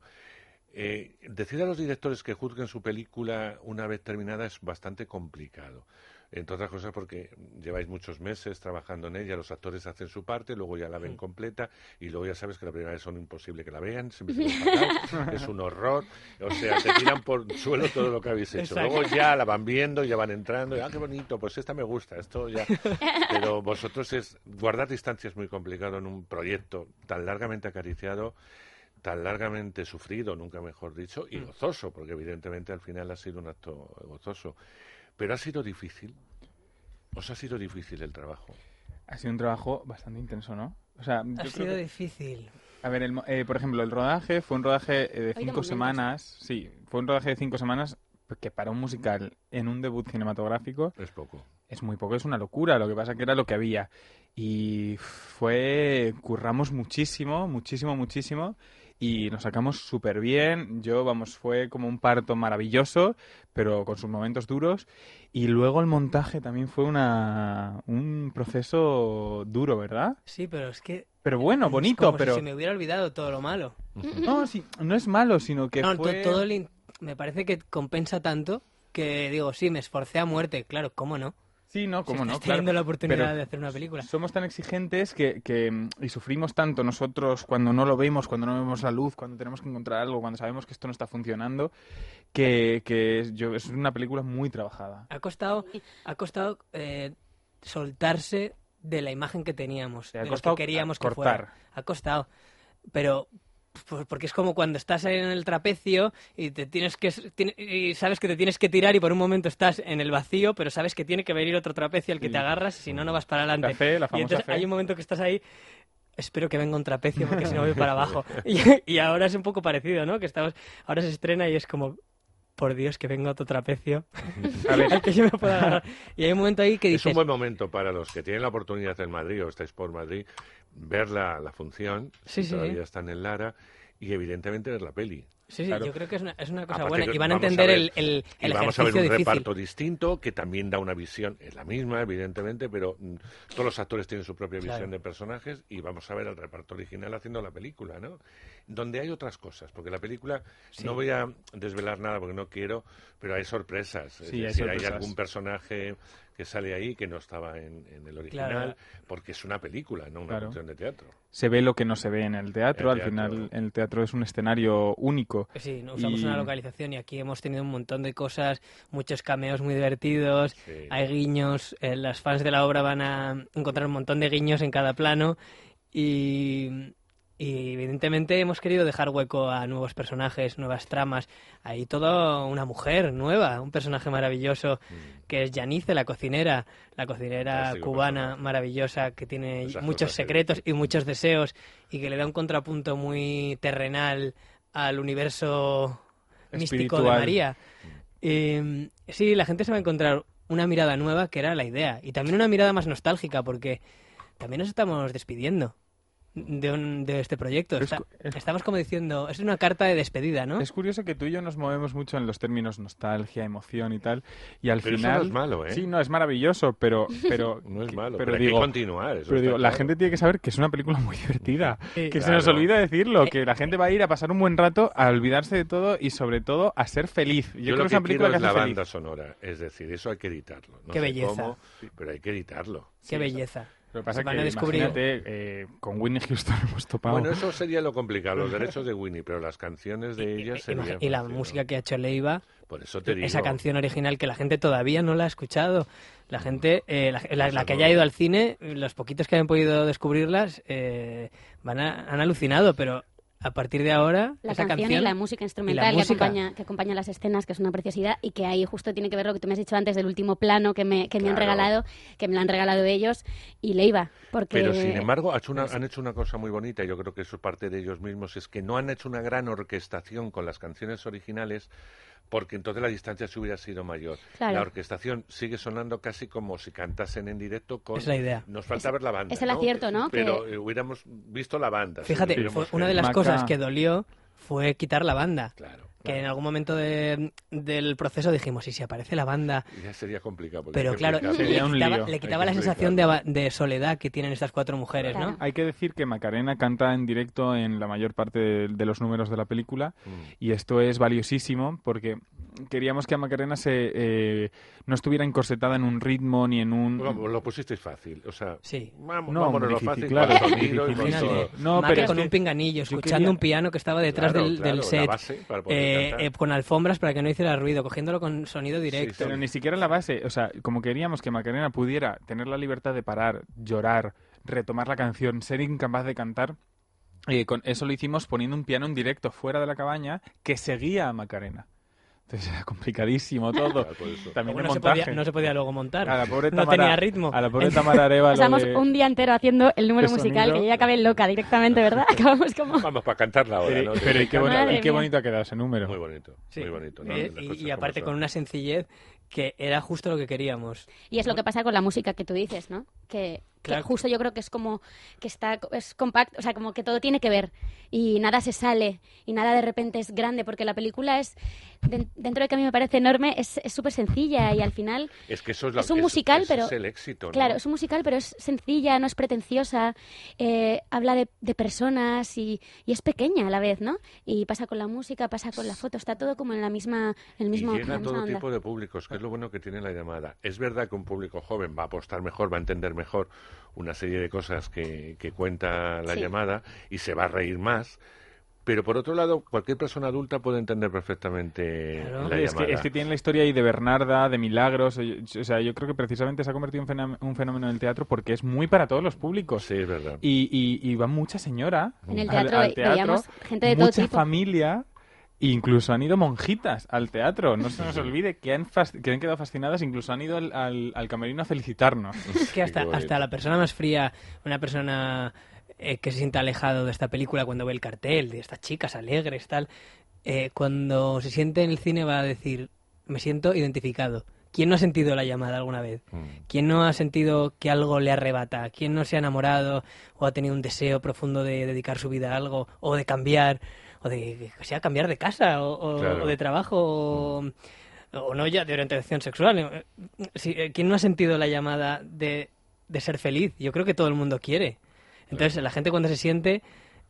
Decir a los directores que juzguen su película una vez terminada es bastante complicado. Entre otras cosas porque lleváis muchos meses trabajando en ella, los actores hacen su parte, luego ya la ven completa y luego ya sabes que la primera vez son imposible que la vean, siempre se fatal, es un horror, o sea, te tiran por el suelo todo lo que habéis hecho. Exacto. Luego ya la van viendo, ya van entrando, y, qué bonito, pues esta me gusta, esto ya... Pero vosotros guardar distancia es muy complicado en un proyecto tan largamente acariciado, tan largamente sufrido, nunca mejor dicho, y gozoso, porque evidentemente al final ha sido un acto gozoso. Pero ha sido difícil. ¿Os ha sido difícil el trabajo? Ha sido un trabajo bastante intenso, ¿no? O sea, Ha sido difícil. A ver, por ejemplo, el rodaje fue un rodaje de 5 semanas. Sí, fue un rodaje de 5 semanas que para un musical en un debut cinematográfico... Es poco. Es muy poco, es una locura. Lo que pasa que era lo que había. Y curramos muchísimo, muchísimo, muchísimo. Y nos sacamos súper bien. Fue como un parto maravilloso, pero con sus momentos duros. Y luego el montaje también fue un proceso duro, ¿verdad? Sí, pero es que... Pero bueno, bonito, como pero... si se me hubiera olvidado todo lo malo. No, sí, no es malo, sino que fue... Me parece que compensa tanto que digo, sí, me esforcé a muerte. Claro, ¿cómo no? Sí, no, cómo no, Estás claro. teniendo la oportunidad Pero de hacer una película. Somos tan exigentes y sufrimos tanto nosotros cuando no lo vemos, cuando no vemos la luz, cuando tenemos que encontrar algo, cuando sabemos que esto no está funcionando, que es una película muy trabajada. Ha costado soltarse de la imagen que teníamos, de lo que queríamos que fuera. Ha costado, pero... Porque es como cuando estás ahí en el trapecio y y sabes que te tienes que tirar y por un momento estás en el vacío, pero sabes que tiene que venir otro trapecio al que te agarras, si no, no vas para adelante. La famosa y entonces fe. hay un momento que estás ahí, espero que venga un trapecio porque si no voy para abajo. Y ahora es un poco parecido, ¿no? Que ahora se estrena y es como... Por Dios, que venga otro trapecio. A ver, al que yo me pueda agarrar. Y hay un momento ahí que dices... Es un buen momento para los que tienen la oportunidad en Madrid o estáis por Madrid, ver la función, si todavía están en Lara, y evidentemente ver la peli. Sí, claro. Yo creo que es una cosa Aparte buena y van a entender el ejercicio vamos a ver un difícil. reparto distinto que también da una visión, es la misma evidentemente, pero todos los actores tienen su propia visión de personajes y vamos a ver el reparto original haciendo la película, ¿no? Donde hay otras cosas, porque la película, no voy a desvelar nada porque no quiero, pero hay sorpresas. Es decir, hay algún personaje que sale ahí que no estaba en el original, porque es una película, no una función de teatro. Se ve lo que no se ve en el teatro. Al final el teatro es un escenario único. Sí, no usamos una localización y aquí hemos tenido un montón de cosas, muchos cameos muy divertidos, hay guiños, los fans de la obra van a encontrar un montón de guiños en cada plano y evidentemente hemos querido dejar hueco a nuevos personajes, nuevas tramas. Hay toda una mujer nueva, un personaje maravilloso que es Yanice, la cocinera cubana maravillosa que tiene muchos secretos y muchos deseos y que le da un contrapunto muy terrenal al universo místico de María. Sí, la gente se va a encontrar una mirada nueva, que era la idea, y también una mirada más nostálgica, porque también nos estamos despidiendo de este proyecto. Estamos como diciendo, es una carta de despedida, ¿no? Es curioso que tú y yo nos movemos mucho en los términos nostalgia, emoción y tal, y al final... Eso no es malo, ¿eh? Sí, no, es maravilloso, pero no es malo, pero hay que continuar. Eso pero digo, la claro. gente tiene que saber que es una película muy divertida, que claro. se nos olvida decirlo, que la gente va a ir a pasar un buen rato, a olvidarse de todo y sobre todo a ser feliz. Yo creo que es una película que hace la feliz. banda sonora, es decir, eso hay que editarlo. No Qué sé belleza. Cómo, pero hay que editarlo. Qué belleza. Lo que pasa es que, imagínate, con Whitney Houston hemos topado. Bueno, eso sería lo complicado, los derechos de Winnie, pero las canciones de ella serían... Y la música que ha hecho Leiva, por eso te digo. Esa canción original que la gente todavía no la ha escuchado. La gente, la que haya ido al cine, los poquitos que hayan podido descubrirlas, han alucinado, pero... A partir de ahora, la esa canción y la música instrumental que acompaña las escenas, que es una preciosidad y que ahí justo tiene que ver lo que tú me has dicho antes del último plano que me han regalado, que me lo han regalado ellos y Leiva. Porque... Pero sin embargo han hecho una cosa muy bonita, y yo creo que eso es parte de ellos mismos, es que no han hecho una gran orquestación con las canciones originales, porque entonces la distancia se hubiera sido mayor. Claro. La orquestación sigue sonando casi como si cantasen en directo con... Es la idea. Nos falta ver la banda, es el acierto, ¿no? Pero hubiéramos visto la banda. Fíjate, una de las cosas que dolió fue quitar la banda. Claro. Que en algún momento del proceso dijimos, ¿y si aparece la banda? Ya sería complicado. Pero claro, le quitaba la sensación de soledad que tienen estas cuatro mujeres, claro. ¿no? Hay que decir que Macarena canta en directo en la mayor parte de los números de la película y esto es valiosísimo porque queríamos que Macarena no estuviera encorsetada en un ritmo ni en un... Lo pusisteis fácil, o sea, sí. Vámonos lo fácil, claro. Con un pinganillo, escuchando un piano que estaba detrás del set, con alfombras para que no hiciera ruido, cogiéndolo con sonido directo. Sí, pero ni siquiera la base, o sea, como queríamos que Macarena pudiera tener la libertad de parar, llorar, retomar la canción, ser incapaz de cantar, con eso lo hicimos poniendo un piano en directo fuera de la cabaña que seguía a Macarena. Entonces era complicadísimo todo. También no se podía luego montar. A la pobre no tenía ritmo. A la pobre Tamara Arevalo. Pasamos un día entero haciendo el número musical, que yo ya acabé loca directamente, ¿verdad? Acabamos como... Vamos para cantarla ahora, ¿no? Pero qué bonito ha quedado ese número. Muy bonito, sí. Muy bonito. ¿no? Y aparte con una sencillez que era justo lo que queríamos. Y es lo que pasa con la música que tú dices, ¿no? Que justo yo creo que es como que es compacto, o sea, como que todo tiene que ver y nada se sale y nada de repente es grande, porque la película es, dentro de que a mí me parece enorme, es súper sencilla y al final es que eso es un musical, pero es el éxito, ¿no? Claro, es un musical, pero es sencilla, no es pretenciosa, habla de personas y es pequeña a la vez, ¿no? Y pasa con la música, pasa con la foto, está todo como en el mismo y llega a todo tipo de públicos, que es lo bueno que tiene la llamada. Es verdad que un público joven va a apostar mejor, va a entender mejor una serie de cosas que cuenta la llamada y se va a reír más, pero por otro lado cualquier persona adulta puede entender perfectamente la llamada. Es que tiene la historia ahí de Bernarda, de Milagros, o sea, yo creo que precisamente se ha convertido en un fenómeno en el teatro porque es muy para todos los públicos. Sí, es verdad. Y va mucha señora en el teatro, al teatro, veíamos gente de todo tipo. Mucha familia. Incluso han ido monjitas al teatro. No se nos olvide que han quedado fascinadas. Incluso han ido al camerino a felicitarnos. Es que hasta la persona más fría, una persona que se siente alejado de esta película cuando ve el cartel de estas chicas alegres, tal, cuando se siente en el cine va a decir, me siento identificado. ¿Quién no ha sentido la llamada alguna vez? ¿Quién no ha sentido que algo le arrebata? ¿Quién no se ha enamorado o ha tenido un deseo profundo de dedicar su vida a algo o de cambiar? O de que sea cambiar de casa o de trabajo o no ya de orientación sexual. ¿Quién no ha sentido la llamada de ser feliz? Yo creo que todo el mundo quiere. Entonces la gente cuando se siente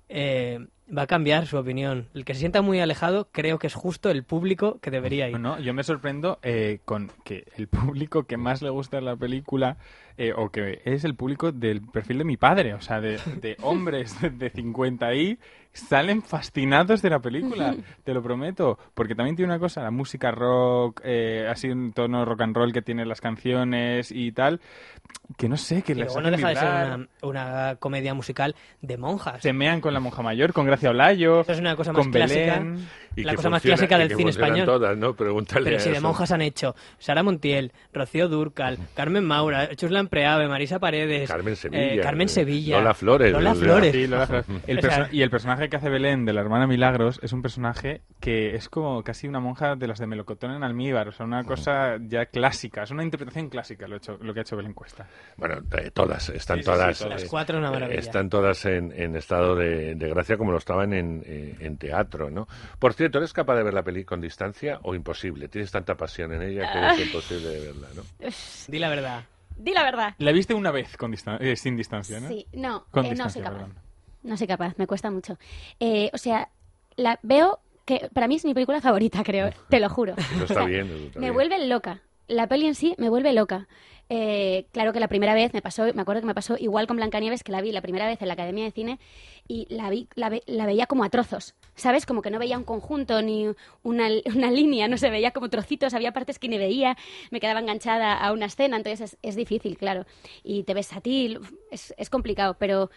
va a cambiar su opinión. El que se sienta muy alejado creo que es justo el público que debería ir. No, yo me sorprendo con que el público que más le gusta la película o que es el público del perfil de mi padre, o sea, de hombres de 50 y salen fascinados de la película, te lo prometo, porque también tiene una cosa, la música rock, así un tono rock and roll que tiene las canciones y tal, que no sé, que les no deja vibrar. De ser una comedia musical de monjas. Se mean con la monja mayor, con Gracia Olayo, eso es una cosa más clásica, la cosa más clásica del cine español. Todas, ¿no? Pero si de monjas han hecho Sara Montiel, Rocío Dúrcal, Carmen Maura, Chuslan Preave, Marisa Paredes, Carmen Sevilla, Lola Flores. Sí, Lola Flores. Y el personaje que hace Belén de la hermana Milagros es un personaje que es como casi una monja de las de Melocotón en almíbar, o sea, una cosa ya clásica, es una interpretación clásica lo que ha hecho Belén Cuesta. Bueno, todas, están todas. Las cuatro una maravilla. Están todas en estado de gracia como lo estaban en teatro, ¿no? Por cierto, ¿eres capaz de ver la peli con distancia o imposible? Tienes tanta pasión en ella que es imposible de verla, ¿no? Di la verdad. Di la verdad. La viste una vez sin distancia, ¿no? Sí, no soy capaz. Perdón. No soy capaz, me cuesta mucho. O sea, la veo que para mí es mi película favorita, creo, te lo juro. Eso está bien. Me vuelve loca. La peli en sí me vuelve loca. Claro que la primera vez me acuerdo que me pasó igual con Blancanieves, que la vi la primera vez en la Academia de Cine y la veía como a trozos, ¿sabes? Como que no veía un conjunto ni una línea, no se veía como trocitos, había partes que ni veía, me quedaba enganchada a una escena, entonces es difícil, claro. Y te ves a ti, es complicado, pero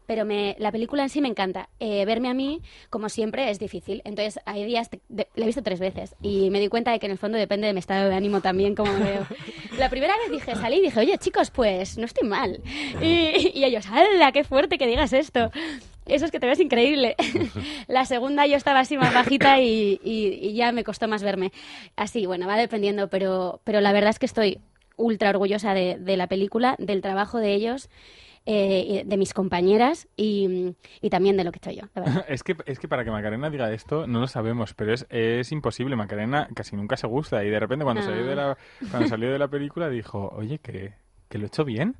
la película en sí me encanta. Verme a mí, como siempre, es difícil. Entonces, hay días... la he visto 3 veces y me di cuenta de que en el fondo depende de mi estado de ánimo también, como me veo. La primera vez salí y dije, oye, chicos, pues no estoy mal. Y ellos, ¡hala, qué fuerte que digas esto! Eso es que te ves increíble. La segunda yo estaba así más bajita y ya me costó más verme. Así, bueno, va dependiendo, pero la verdad es que estoy ultra orgullosa de la película, del trabajo de ellos, de mis compañeras y también de lo que he hecho yo, la verdad. Es que para que Macarena diga esto no lo sabemos, pero es imposible. Macarena casi nunca se gusta y de repente cuando salió de la película dijo, oye, que lo he hecho bien.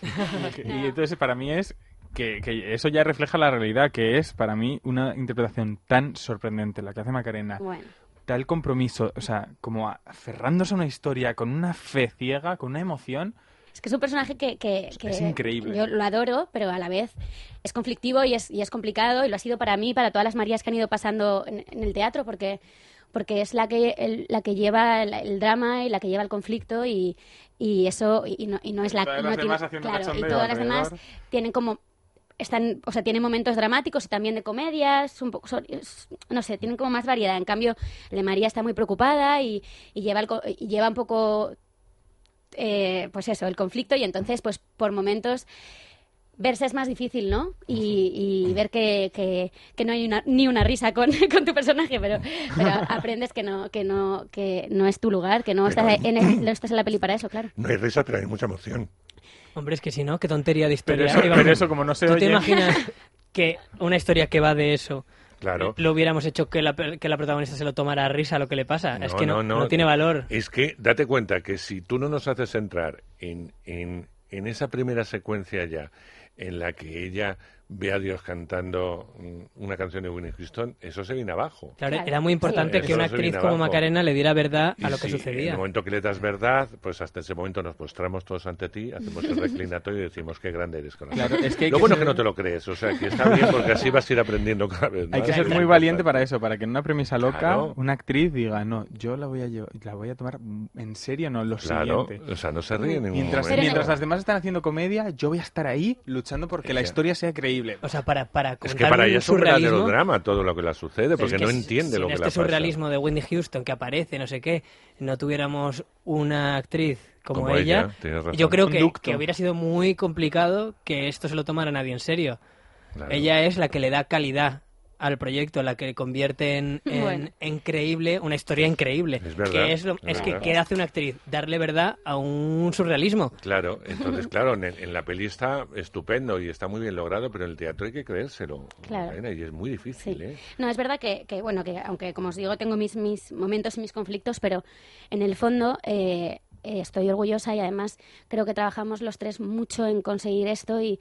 Y entonces para mí es que eso ya refleja la realidad, que es para mí una interpretación tan sorprendente la que hace Macarena. Bueno. tal compromiso, o sea, como aferrándose a una historia con una fe ciega, con una emoción. Es que es un personaje que es increíble. Yo lo adoro, pero a la vez es conflictivo y es complicado, y lo ha sido para mí y para todas las Marías que han ido pasando en el teatro, porque es la que lleva el drama y la que lleva el conflicto, y eso y no es la todas las demás haciendo claro, y todas las demás tienen como tienen momentos dramáticos y también de comedias, un poco, no sé, tienen como más variedad. En cambio, el de María está muy preocupada y lleva un poco pues eso, el conflicto, y entonces pues por momentos verse es más difícil, ¿no? Y ver que no hay ni una risa con tu personaje, pero aprendes que no es tu lugar, que no estás en la peli para eso, claro. No hay risa, pero hay mucha emoción. Hombre, es que si no, qué tontería de historia. Pero eso como no se oye... ¿Tú te imaginas que una historia que va de eso... Claro. Lo hubiéramos hecho que la protagonista se lo tomara a risa lo que le pasa. Es que no tiene valor. Es que date cuenta que si tú no nos haces entrar en esa primera secuencia ya, en la que ella ve a Dios cantando una canción de Whitney Houston, eso se viene abajo. Claro, era muy importante que una actriz como Macarena le diera verdad a lo que sucedía. En el momento que le das verdad, pues hasta ese momento nos postramos todos ante ti, hacemos el reclinatorio y decimos qué grande eres con claro, es que lo bueno es que no te lo crees, o sea, que está bien porque así vas a ir aprendiendo cada vez más. Hay que ser muy valiente para eso, para que en una premisa loca una actriz diga, no, yo la voy a tomar en serio, no, lo siguiente. O sea, no se ríe en ningún momento. Mientras las demás están haciendo comedia, yo voy a estar ahí luchando porque la historia sea creíble. O sea, para es que para ella es un verdadero drama todo lo que le sucede, porque no entiende lo que le pasa. En este surrealismo de Whitney Houston que aparece, no sé qué, no tuviéramos una actriz como ella, yo creo que hubiera sido muy complicado que esto se lo tomara nadie en serio. Claro. Ella es la que le da calidad al proyecto, la que convierte en creíble, una historia increíble. Es verdad. ¿Qué hace una actriz? Darle verdad a un surrealismo. Claro, entonces, claro, en la peli está estupendo y está muy bien logrado, pero en el teatro hay que creérselo. Claro. Y es muy difícil, sí. No, es verdad que aunque, como os digo, tengo mis momentos y mis conflictos, pero en el fondo estoy orgullosa, y además creo que trabajamos los tres mucho en conseguir esto, y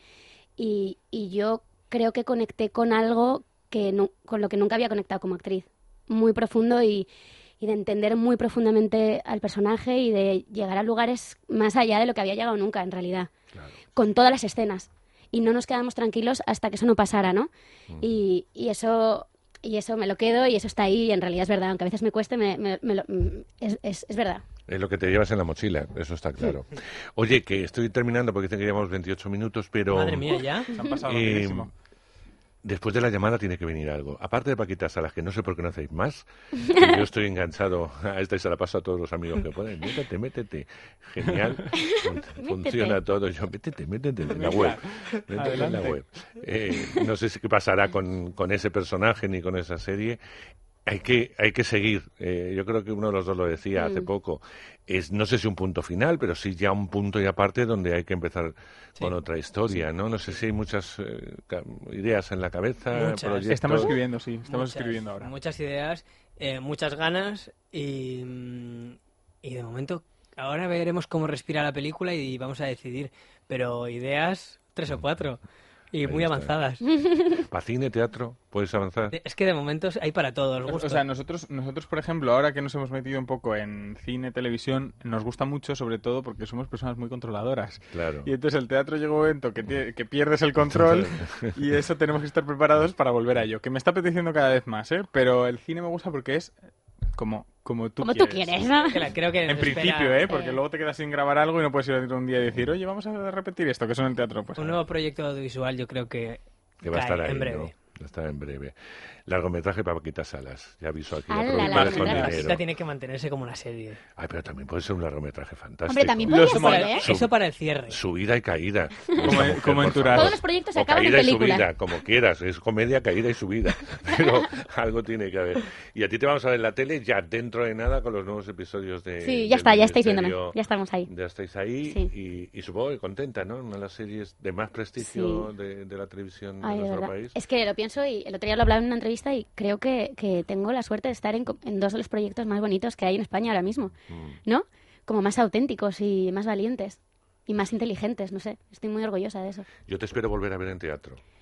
yo creo que conecté con algo con lo que nunca había conectado como actriz, muy profundo, y de entender muy profundamente al personaje y de llegar a lugares más allá de lo que había llegado nunca, en realidad, con todas las escenas, y no nos quedamos tranquilos hasta que eso no pasara, ¿no? Y eso me lo quedo, y eso está ahí, y en realidad es verdad, aunque a veces me cueste, es verdad. Es lo que te llevas en la mochila, eso está claro. Oye, que estoy terminando porque dicen que llevamos 28 minutos, pero... Madre mía, ¿ya? Se han pasado rapidísimo. Después de la llamada tiene que venir algo. Aparte de Paquita Salas, que no sé por qué no hacéis más. Yo estoy enganchado a esta y se la paso a todos los amigos que ponen. Métete. Genial. Funciona todo. Yo, métete en la web. Métete en la web. No sé qué pasará con ese personaje ni con esa serie. Hay que seguir. Yo creo que uno de los dos lo decía hace poco. No sé si un punto final, pero sí ya un punto y aparte donde hay que empezar con otra historia, ¿no? No sé si hay muchas ideas en la cabeza, proyectos. Estamos escribiendo ahora. Muchas ideas, muchas ganas, y de momento ahora veremos cómo respira la película y vamos a decidir, pero ideas 3 o 4. Y muy avanzadas. ¿Para cine, teatro? ¿Puedes avanzar? Es que de momento hay para todos los gustos. O sea, nosotros, por ejemplo, ahora que nos hemos metido un poco en cine, televisión, nos gusta mucho, sobre todo porque somos personas muy controladoras. Claro. Y entonces el teatro llega un momento que pierdes el control y eso tenemos que estar preparados para volver a ello. Que me está apeteciendo cada vez más, ¿eh? Pero el cine me gusta porque es como tú quieres, ¿no? Creo que en principio, porque luego te quedas sin grabar algo y no puedes ir un día y decir, oye, vamos a repetir esto, que eso en el teatro. Pues, un nuevo proyecto audiovisual, yo creo que va a estar ahí, en breve. ¿no? Va a estar en breve. Largometraje para Paquita Salas. Ya aviso aquí. Paquita tiene que mantenerse como una serie. Ay, pero también puede ser un largometraje fantástico. Hombre, también podría ser, ¿eh? Eso para el cierre. Subida y caída. Como en Turán. Todos los proyectos se acaban en película. película. Y subida, como quieras. Es comedia, caída y subida. Pero algo tiene que haber. Y a ti te vamos a ver en la tele ya dentro de nada con los nuevos episodios de... Sí, ya estáis viéndome. Ya estamos ahí. Ya estáis ahí, sí. y supongo que contenta, ¿no? Una de las series de más prestigio de la televisión de nuestro país. Es que lo pienso, y el otro día lo hablaba en una entrevista, y creo que tengo la suerte de estar en 2 de los proyectos más bonitos que hay en España ahora mismo, ¿no? Como más auténticos y más valientes y más inteligentes, no sé. Estoy muy orgullosa de eso. Yo te espero volver a ver en teatro.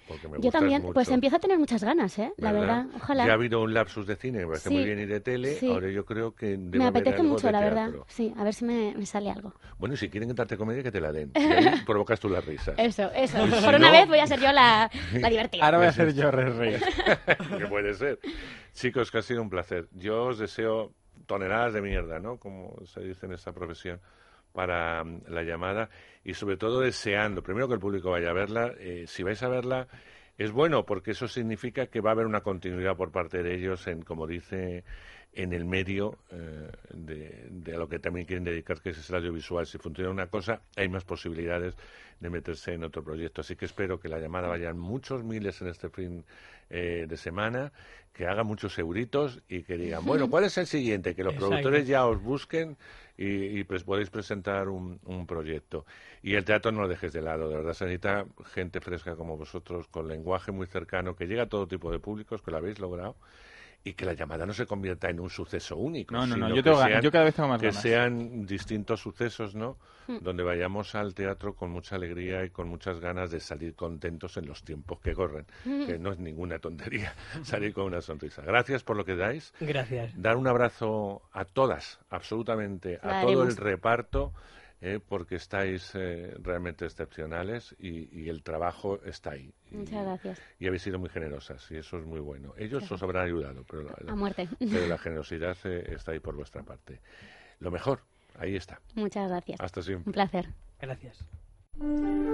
porque me Yo también, mucho. pues empiezo a tener muchas ganas, la verdad, ojalá. Ya ha habido un lapsus de cine, me parece muy bien, y de tele, ahora yo creo que debe me apetece haber algo mucho, de la teatro. verdad, sí, a ver si me sale algo. Bueno, y si quieren darte comedia, que te la den, y ahí provocas tú las risas. Eso, Y si por una vez voy a ser yo la divertida. Ahora voy a ser yo rey. Que puede ser. Chicos, que ha sido un placer. Yo os deseo toneladas de mierda, ¿no? Como se dice en esta profesión, para La Llamada, y sobre todo deseando, primero, que el público vaya a verla. Si vais a verla, es bueno, porque eso significa que va a haber una continuidad por parte de ellos en, como dice, en el medio de a lo que también quieren dedicar, que es el audiovisual. Si funciona una cosa, hay más posibilidades de meterse en otro proyecto. Así que espero que La Llamada vayan muchos miles en este fin de semana, que hagan muchos euritos y que digan, bueno, ¿cuál es el siguiente? Que los productores ya os busquen y pues podéis presentar un proyecto. Y el teatro no lo dejes de lado, de verdad se necesita gente fresca como vosotros, con lenguaje muy cercano, que llega a todo tipo de públicos, que lo habéis logrado, y que La Llamada no se convierta en un suceso único. No, yo cada vez tengo más ganas. Que sean distintos sucesos, ¿no? Donde vayamos al teatro con mucha alegría y con muchas ganas de salir contentos en los tiempos que corren, que no es ninguna tontería salir con una sonrisa. Gracias por lo que dais. Gracias. Dar un abrazo a todas, absolutamente, a todo el reparto, porque estáis realmente excepcionales y el trabajo está ahí. Muchas gracias. Y habéis sido muy generosas y eso es muy bueno. Ellos os habrán ayudado, pero a muerte. Pero la generosidad está ahí por vuestra parte. Lo mejor, ahí está. Muchas gracias. Hasta siempre. Un placer. Gracias. Pues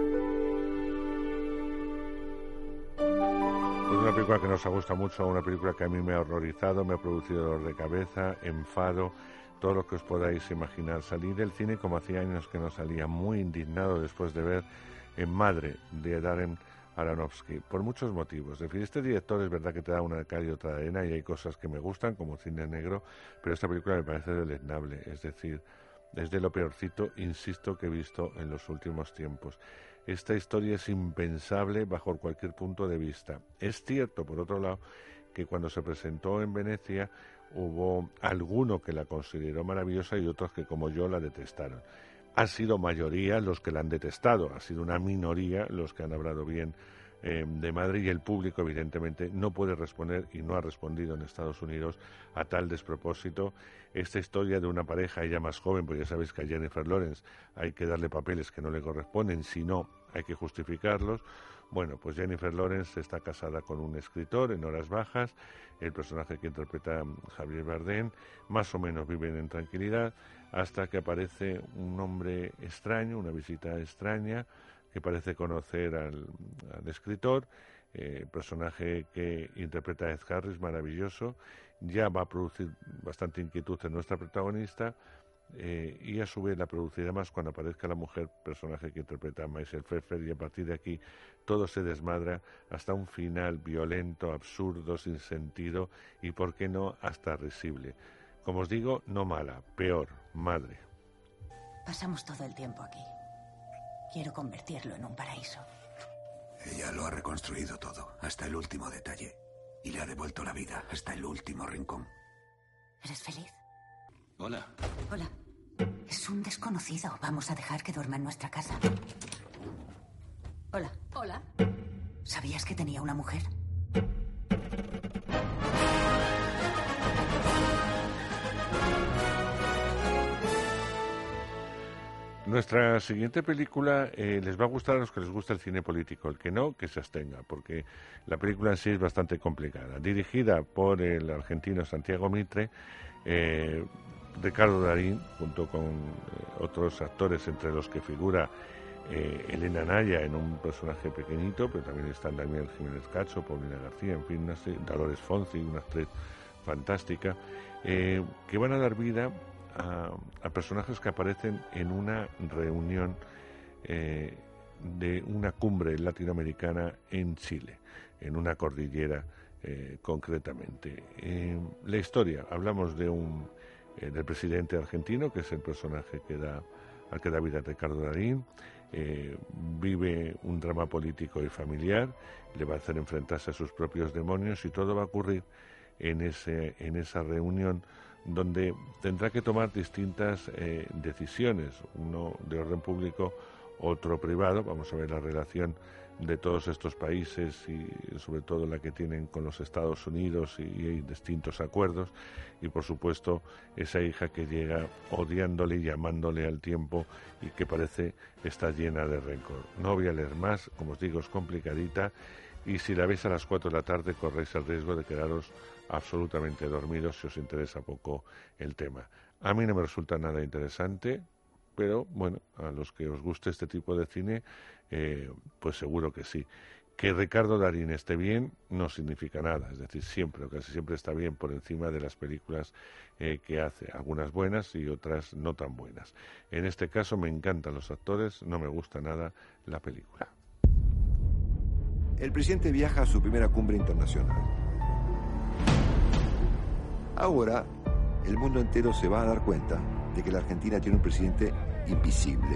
una película que nos ha gustado mucho, una película que a mí me ha horrorizado, me ha producido dolor de cabeza, enfado, todo lo que os podáis imaginar. Salí del cine como hacía años que no salía, muy indignado después de ver Madre, de Darren Aronofsky, por muchos motivos. Es decir, este director es verdad que te da una de cal y otra de arena, y hay cosas que me gustan, como cine negro, pero esta película me parece deleznable, es decir, es de lo peorcito, insisto, que he visto en los últimos tiempos. Esta historia es impensable bajo cualquier punto de vista. Es cierto, por otro lado, que cuando se presentó en Venecia hubo alguno que la consideró maravillosa y otros que, como yo, la detestaron. Ha sido mayoría los que la han detestado, ha sido una minoría los que han hablado bien de Madrid, y el público evidentemente no puede responder y no ha respondido en Estados Unidos a tal despropósito. Esta historia de una pareja, ella más joven, porque ya sabéis que a Jennifer Lawrence hay que darle papeles que no le corresponden, si no hay que justificarlos. Bueno, pues Jennifer Lawrence está casada con un escritor en horas bajas, el personaje que interpreta Javier Bardem, más o menos viven en tranquilidad, hasta que aparece un hombre extraño, una visita extraña, que parece conocer al escritor, personaje que interpreta Ed Harris, maravilloso, ya va a producir bastante inquietud en nuestra protagonista, y a su vez la producirá más cuando aparezca la mujer, personaje que interpreta a Michelle Pfeiffer, y a partir de aquí todo se desmadra hasta un final violento, absurdo, sin sentido y, por qué no, hasta risible. Como os digo, no mala, peor, Madre. Pasamos todo el tiempo aquí. Quiero convertirlo en un paraíso. Ella lo ha reconstruido todo, hasta el último detalle. Y le ha devuelto la vida, hasta el último rincón. ¿Eres feliz? Hola. Hola. Es un desconocido. Vamos a dejar que duerma en nuestra casa. Hola. Hola. ¿Sabías que tenía una mujer? Nuestra siguiente película les va a gustar a los que les gusta el cine político, el que no, que se abstenga, porque la película en sí es bastante complicada. Dirigida por el argentino Santiago Mitre, Ricardo Darín, junto con otros actores, entre los que figura Elena Naya en un personaje pequeñito, pero también están Daniel Jiménez Cacho, Paulina García, en fin, Dolores Fonzi, una actriz fantástica, que van a dar vida a personajes que aparecen en una reunión de una cumbre latinoamericana en Chile, en una cordillera concretamente. La historia, hablamos del presidente argentino, que es el personaje al que da vida Ricardo Darín. Vive un drama político y familiar, le va a hacer enfrentarse a sus propios demonios, y todo va a ocurrir en esa reunión, donde tendrá que tomar distintas decisiones, uno de orden público, otro privado. Vamos a ver la relación de todos estos países y sobre todo la que tienen con los Estados Unidos y hay distintos acuerdos, y por supuesto esa hija que llega odiándole y llamándole al tiempo y que parece está llena de rencor. No voy a leer más, como os digo, es complicadita, y si la veis a las 4 de la tarde corréis el riesgo de quedaros absolutamente dormidos si os interesa poco el tema. A mí no me resulta nada interesante, pero bueno, a los que os guste este tipo de cine, pues seguro que sí. Que Ricardo Darín esté bien no significa nada, es decir, siempre o casi siempre está bien por encima de las películas que hace, algunas buenas y otras no tan buenas. En este caso me encantan los actores, no me gusta nada la película. El presidente viaja a su primera cumbre internacional. Ahora, el mundo entero se va a dar cuenta de que la Argentina tiene un presidente invisible.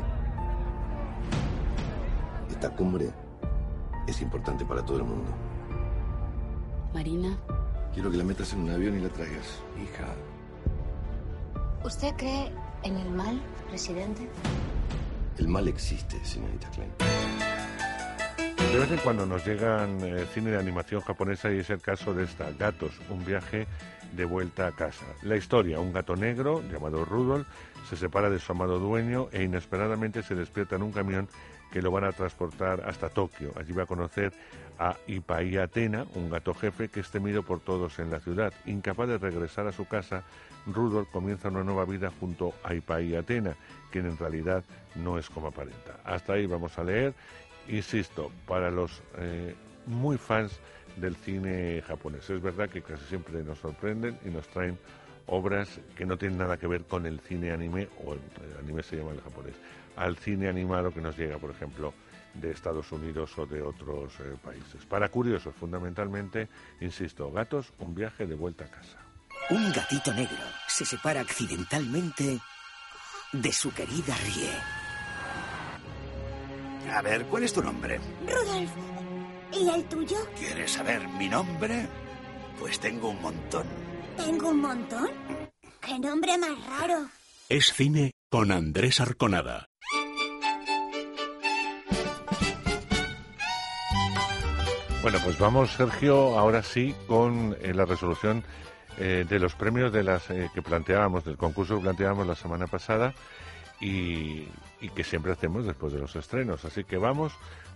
Esta cumbre es importante para todo el mundo. Marina. Quiero que la metas en un avión y la traigas. Hija. ¿Usted cree en el mal, presidente? El mal existe, señorita Klein. De vez en cuando nos llegan cine de animación japonesa y es el caso de esta, Gatos, un viaje de vuelta a casa. La historia, un gato negro llamado Rudolf se separa de su amado dueño e inesperadamente se despierta en un camión que lo van a transportar hasta Tokio. Allí va a conocer a Ipai Atena, un gato jefe que es temido por todos en la ciudad. Incapaz de regresar a su casa, Rudolf comienza una nueva vida junto a Ipai Atena, quien en realidad no es como aparenta. Hasta ahí vamos a leer. Insisto, para los muy fans del cine japonés. Es verdad que casi siempre nos sorprenden y nos traen obras que no tienen nada que ver con el cine anime, o el anime se llama el japonés, al cine animado que nos llega, por ejemplo, de Estados Unidos o de otros países. Para curiosos, fundamentalmente, insisto, Gatos, un viaje de vuelta a casa. Un gatito negro se separa accidentalmente de su querida Rie. A ver, ¿cuál es tu nombre? Rudolf. ¿Y el tuyo? ¿Quieres saber mi nombre? Pues tengo un montón. ¿Tengo un montón? ¡Qué nombre más raro! Es cine con Andrés Arconada. Bueno, pues vamos, Sergio, ahora sí con la resolución de los premios de las que planteábamos, del concurso que planteábamos la semana pasada y que siempre hacemos después de los estrenos. Así que vamos,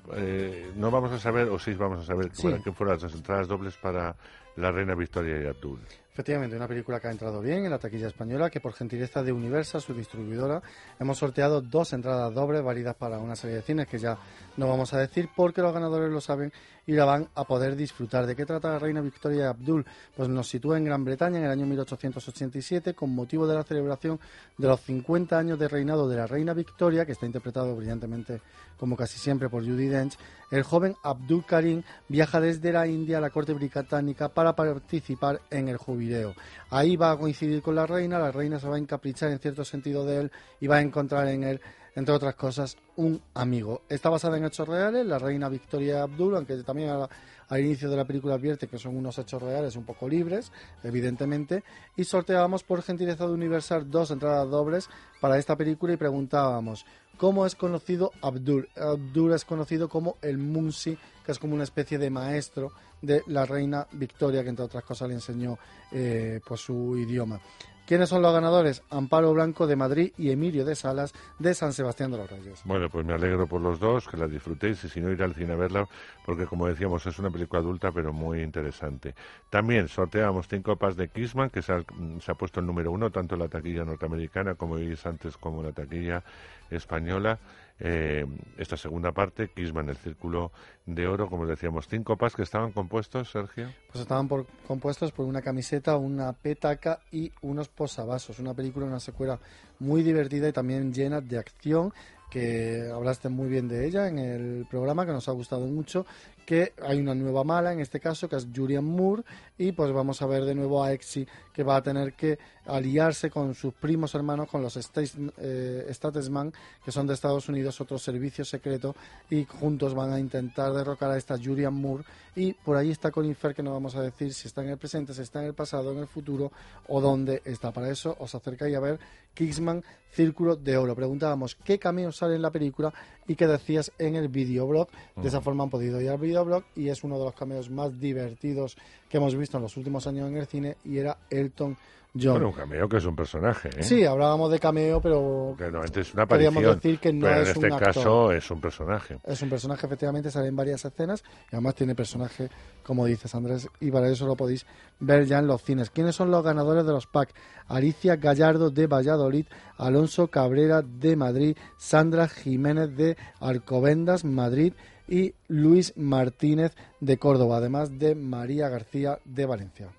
no vamos a saber, o sí vamos a saber qué fueron las entradas dobles para La Reina Victoria y Abdul. Efectivamente, una película que ha entrado bien en la taquilla española, que por gentileza de Universal, su distribuidora, hemos sorteado 2 entradas dobles válidas para una serie de cines que ya no vamos a decir porque los ganadores lo saben y la van a poder disfrutar. ¿De qué trata La Reina Victoria y Abdul? Pues nos sitúa en Gran Bretaña en el año 1887 con motivo de la celebración de los 50 años de reinado de la Reina Victoria, que está interpretado brillantemente como casi siempre por Judi Dench. El joven Abdul Karim viaja desde la India a la corte británica para participar en el jubileo. Ahí va a coincidir con la reina se va a encaprichar en cierto sentido de él y va a encontrar en él, entre otras cosas, un amigo. Está basada en hechos reales, La Reina Victoria y Abdul, aunque también al inicio de la película advierte que son unos hechos reales un poco libres, evidentemente, y sorteábamos por gentileza de Universal 2 entradas dobles para esta película y preguntábamos ¿cómo es conocido Abdul? Abdul es conocido como el Munsi, que es como una especie de maestro de la Reina Victoria, que entre otras cosas le enseñó pues su idioma. ¿Quiénes son los ganadores? Amparo Blanco de Madrid y Emilio de Salas de San Sebastián de los Reyes. Bueno, pues me alegro por los dos, que la disfrutéis y si no ir al cine a verla, porque como decíamos es una película adulta pero muy interesante. También sorteamos 5 pases de Kissman, que se ha puesto el número 1 tanto en la taquilla norteamericana como veis antes como en la taquilla española. Esta segunda parte, Kissman, el Círculo de Oro, como decíamos, 5 pases que estaban compuestos, Sergio. Pues estaban compuestos por una camiseta, una petaca y unos posavasos. Una película, una secuela muy divertida y también llena de acción, que hablaste muy bien de ella en el programa, que nos ha gustado mucho, que hay una nueva mala, en este caso, que es Julianne Moore, y pues vamos a ver de nuevo a Exy, que va a tener que aliarse con sus primos hermanos, con los Statesman, que son de Estados Unidos, otro servicio secreto, y juntos van a intentar derrocar a esta Julianne Moore, y por ahí está Colin Firth, que no vamos a decir si está en el presente, si está en el pasado, en el futuro, o dónde está. Para eso os acercáis a ver Kingsman Círculo de Oro. Preguntábamos qué cameo sale en la película y qué decías en el videoblog. De esa forma han podido ir al videoblog y es uno de los cameos más divertidos que hemos visto en los últimos años en el cine y era Elton John. Bueno, un cameo que es un personaje, ¿eh? Sí, hablábamos de cameo, pero que no, es una aparición, queríamos decir que no pero es en este un caso actor. es un personaje. Es un personaje, efectivamente, sale en varias escenas y además tiene personaje, como dices, Andrés, y para eso lo podéis ver ya en los cines. ¿Quiénes son los ganadores de los PAC? Alicia Gallardo de Valladolid, Alonso Cabrera de Madrid, Sandra Jiménez de Alcobendas, Madrid y Luis Martínez de Córdoba, además de María García de Valencia.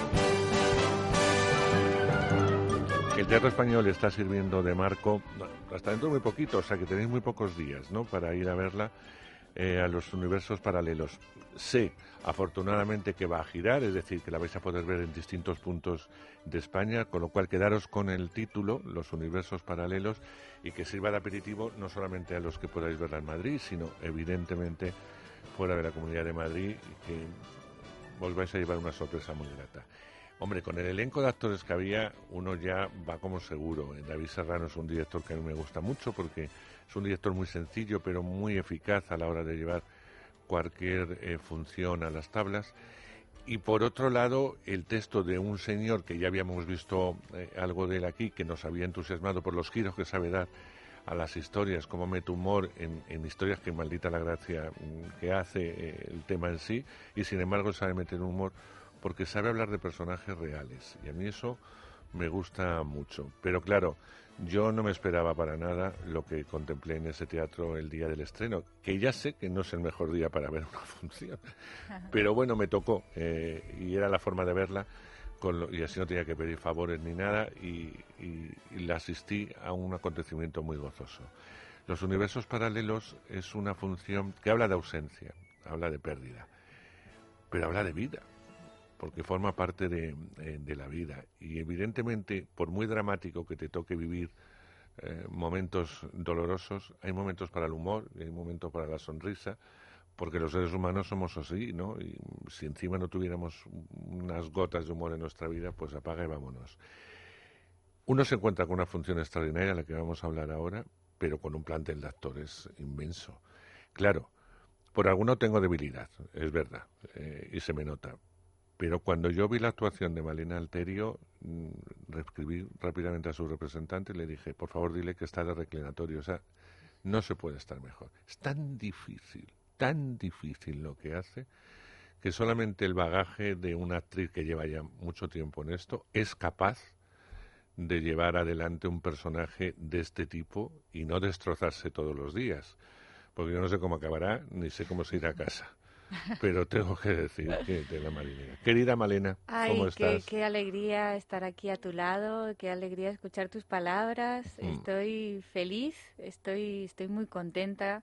El Teatro Español está sirviendo de marco hasta dentro de muy poquito, o sea que tenéis muy pocos días, ¿no?, para ir a verla, a los universos paralelos. Sé, afortunadamente, que va a girar, es decir, que la vais a poder ver en distintos puntos de España, con lo cual quedaros con el título, los universos paralelos, y que sirva de aperitivo no solamente a los que podáis verla en Madrid, sino evidentemente fuera de la Comunidad de Madrid, y que os vais a llevar una sorpresa muy grata. Hombre, con el elenco de actores que había, uno ya va como seguro. David Serrano es un director que a mí me gusta mucho porque es un director muy sencillo, pero muy eficaz a la hora de llevar cualquier función a las tablas. Y por otro lado, el texto de un señor que ya habíamos visto algo de él aquí, que nos había entusiasmado por los giros que sabe dar a las historias, cómo mete humor en historias que maldita la gracia que hace el tema en sí, y sin embargo sabe meter humor porque sabe hablar de personajes reales, y a mí eso me gusta mucho. Pero claro, yo no me esperaba para nada lo que contemplé en ese teatro el día del estreno, que ya sé que no es el mejor día para ver una función, pero bueno, me tocó, y era la forma de verla, y así no tenía que pedir favores ni nada, y la asistí a un acontecimiento muy gozoso. Los universos paralelos es una función que habla de ausencia, habla de pérdida, pero habla de vida, porque forma parte de la vida. Y evidentemente, por muy dramático que te toque vivir momentos dolorosos, hay momentos para el humor y hay momentos para la sonrisa, porque los seres humanos somos así, ¿no? Y si encima no tuviéramos unas gotas de humor en nuestra vida, pues apaga y vámonos. Uno se encuentra con una función extraordinaria, a la que vamos a hablar ahora, pero con un plantel de actores inmenso. Claro, por alguno tengo debilidad, es verdad, y se me nota. Pero cuando yo vi la actuación de Malena Alterio, escribí rápidamente a su representante y le dije, por favor, dile que está de reclinatorio. O sea, no se puede estar mejor. Es tan difícil lo que hace, que solamente el bagaje de una actriz que lleva ya mucho tiempo en esto es capaz de llevar adelante un personaje de este tipo y no destrozarse todos los días. Porque yo no sé cómo acabará, ni sé cómo se irá a casa. Pero tengo que decir que de la marinera. Querida Malena, ¿cómo estás? Qué alegría estar aquí a tu lado, qué alegría escuchar tus palabras. Estoy feliz, estoy muy contenta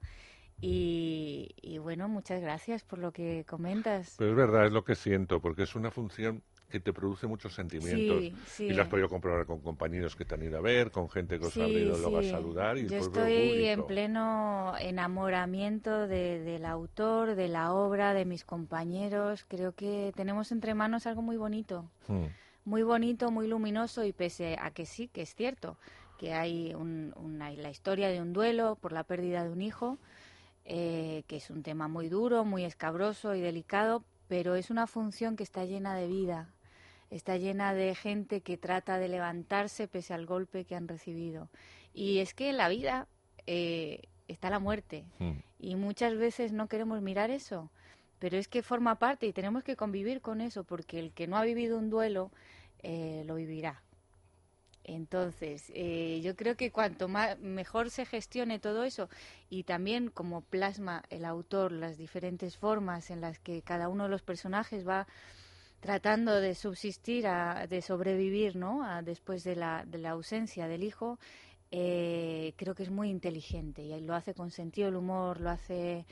y bueno, muchas gracias por lo que comentas. Pero es verdad, es lo que siento, porque es una función que te produce muchos sentimientos. Sí. Y lo has podido comprobar con compañeros que te han ido a ver, con gente que os ha ido luego a saludar. Y yo el estoy público. En pleno enamoramiento del autor, de la obra, de mis compañeros. Creo que tenemos entre manos algo muy bonito. Muy bonito, muy luminoso, y pese a que sí, que es cierto, que hay la historia de un duelo por la pérdida de un hijo, que es un tema muy duro, muy escabroso y delicado, pero es una función que está llena de vida. Está llena de gente que trata de levantarse pese al golpe que han recibido. Y es que en la vida está la muerte. Y muchas veces no queremos mirar eso. Pero es que forma parte y tenemos que convivir con eso, porque el que no ha vivido un duelo lo vivirá. Entonces, yo creo que cuanto mejor se gestione todo eso, y también como plasma el autor las diferentes formas en las que cada uno de los personajes va tratando de subsistir, de sobrevivir, ¿no?, después de la ausencia del hijo, creo que es muy inteligente y lo hace con sentido del humor, lo hace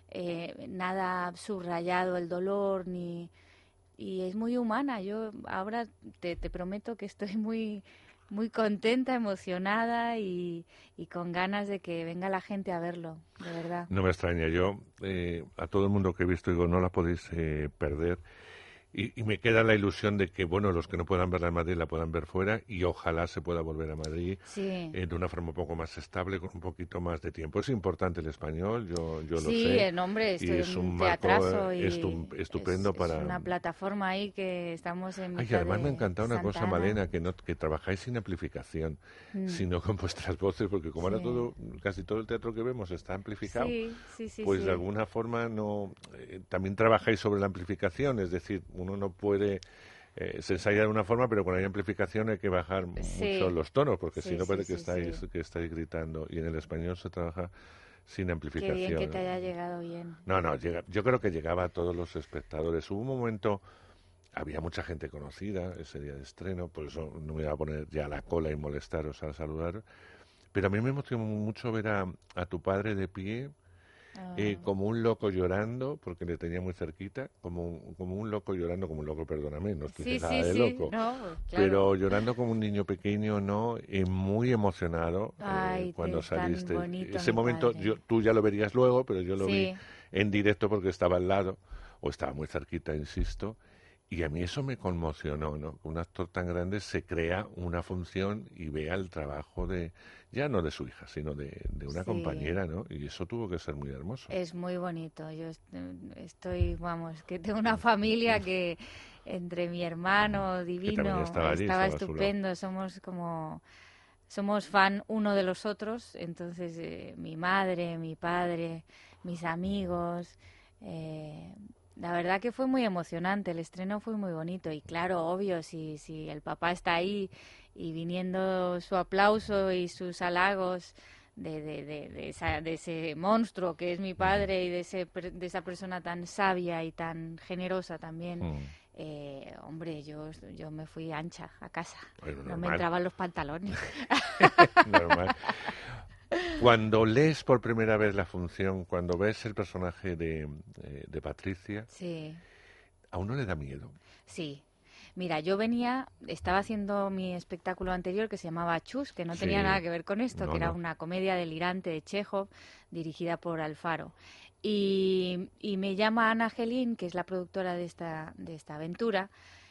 nada subrayado el dolor, y es muy humana. Yo ahora te prometo que estoy muy contenta, emocionada y con ganas de que venga la gente a verlo, de verdad. No me extraña, yo a todo el mundo que he visto digo, no la podéis perder. Y me queda la ilusión de que, bueno, los que no puedan verla en Madrid la puedan ver fuera y ojalá se pueda volver a Madrid de una forma un poco más estable, con un poquito más de tiempo. Es importante el español, yo lo sé. Sí, el nombre, y es un teatrazo estupendo para... Es una plataforma ahí que estamos en Ay, además me ha encantado una cosa, Malena, que trabajáis sin amplificación, sino con vuestras voces, porque como ahora casi todo el teatro que vemos está amplificado, pues de alguna forma también trabajáis sobre la amplificación, es decir, uno no puede... se ensaya de una forma, pero cuando hay amplificación hay que bajar mucho los tonos, porque si no parece que estáis gritando. Y en el español se trabaja sin amplificación. Qué bien que te haya llegado bien. No, yo creo que llegaba a todos los espectadores. Hubo un momento, había mucha gente conocida ese día de estreno, por eso no me iba a poner ya a la cola y molestaros al saludar. Pero a mí me emocionó mucho ver a tu padre de pie, como un loco llorando, porque le tenía muy cerquita, como un loco llorando, como un loco, perdóname, no estoy nada de loco, no, claro. Pero llorando como un niño pequeño, ¿no? Muy emocionado. Ay, cuando saliste. Bonito, ese momento tú ya lo verías luego, pero yo lo vi en directo porque estaba al lado, o estaba muy cerquita, insisto. Y a mí eso me conmocionó, ¿no? Un actor tan grande se crea una función y vea el trabajo ya no de su hija, sino de una compañera, ¿no? Y eso tuvo que ser muy hermoso. Es muy bonito. Yo que tengo una familia que entre mi hermano divino estaba estupendo. Somos fan uno de los otros. Entonces, mi madre, mi padre, mis amigos... La verdad que fue muy emocionante, el estreno fue muy bonito y claro, obvio, si el papá está ahí y viniendo su aplauso y sus halagos de ese monstruo que es mi padre y de esa persona tan sabia y tan generosa también, hombre, yo me fui ancha a casa, bueno, no me entraban los pantalones. Normal. Cuando lees por primera vez la función, cuando ves el personaje de Patricia, ¿a uno le da miedo? Sí. Mira, estaba haciendo mi espectáculo anterior que se llamaba Chus, que no tenía nada que ver con esto, que era una comedia delirante de Chekhov, dirigida por Alfaro. Y me llama Ana Gelín, que es la productora de esta aventura,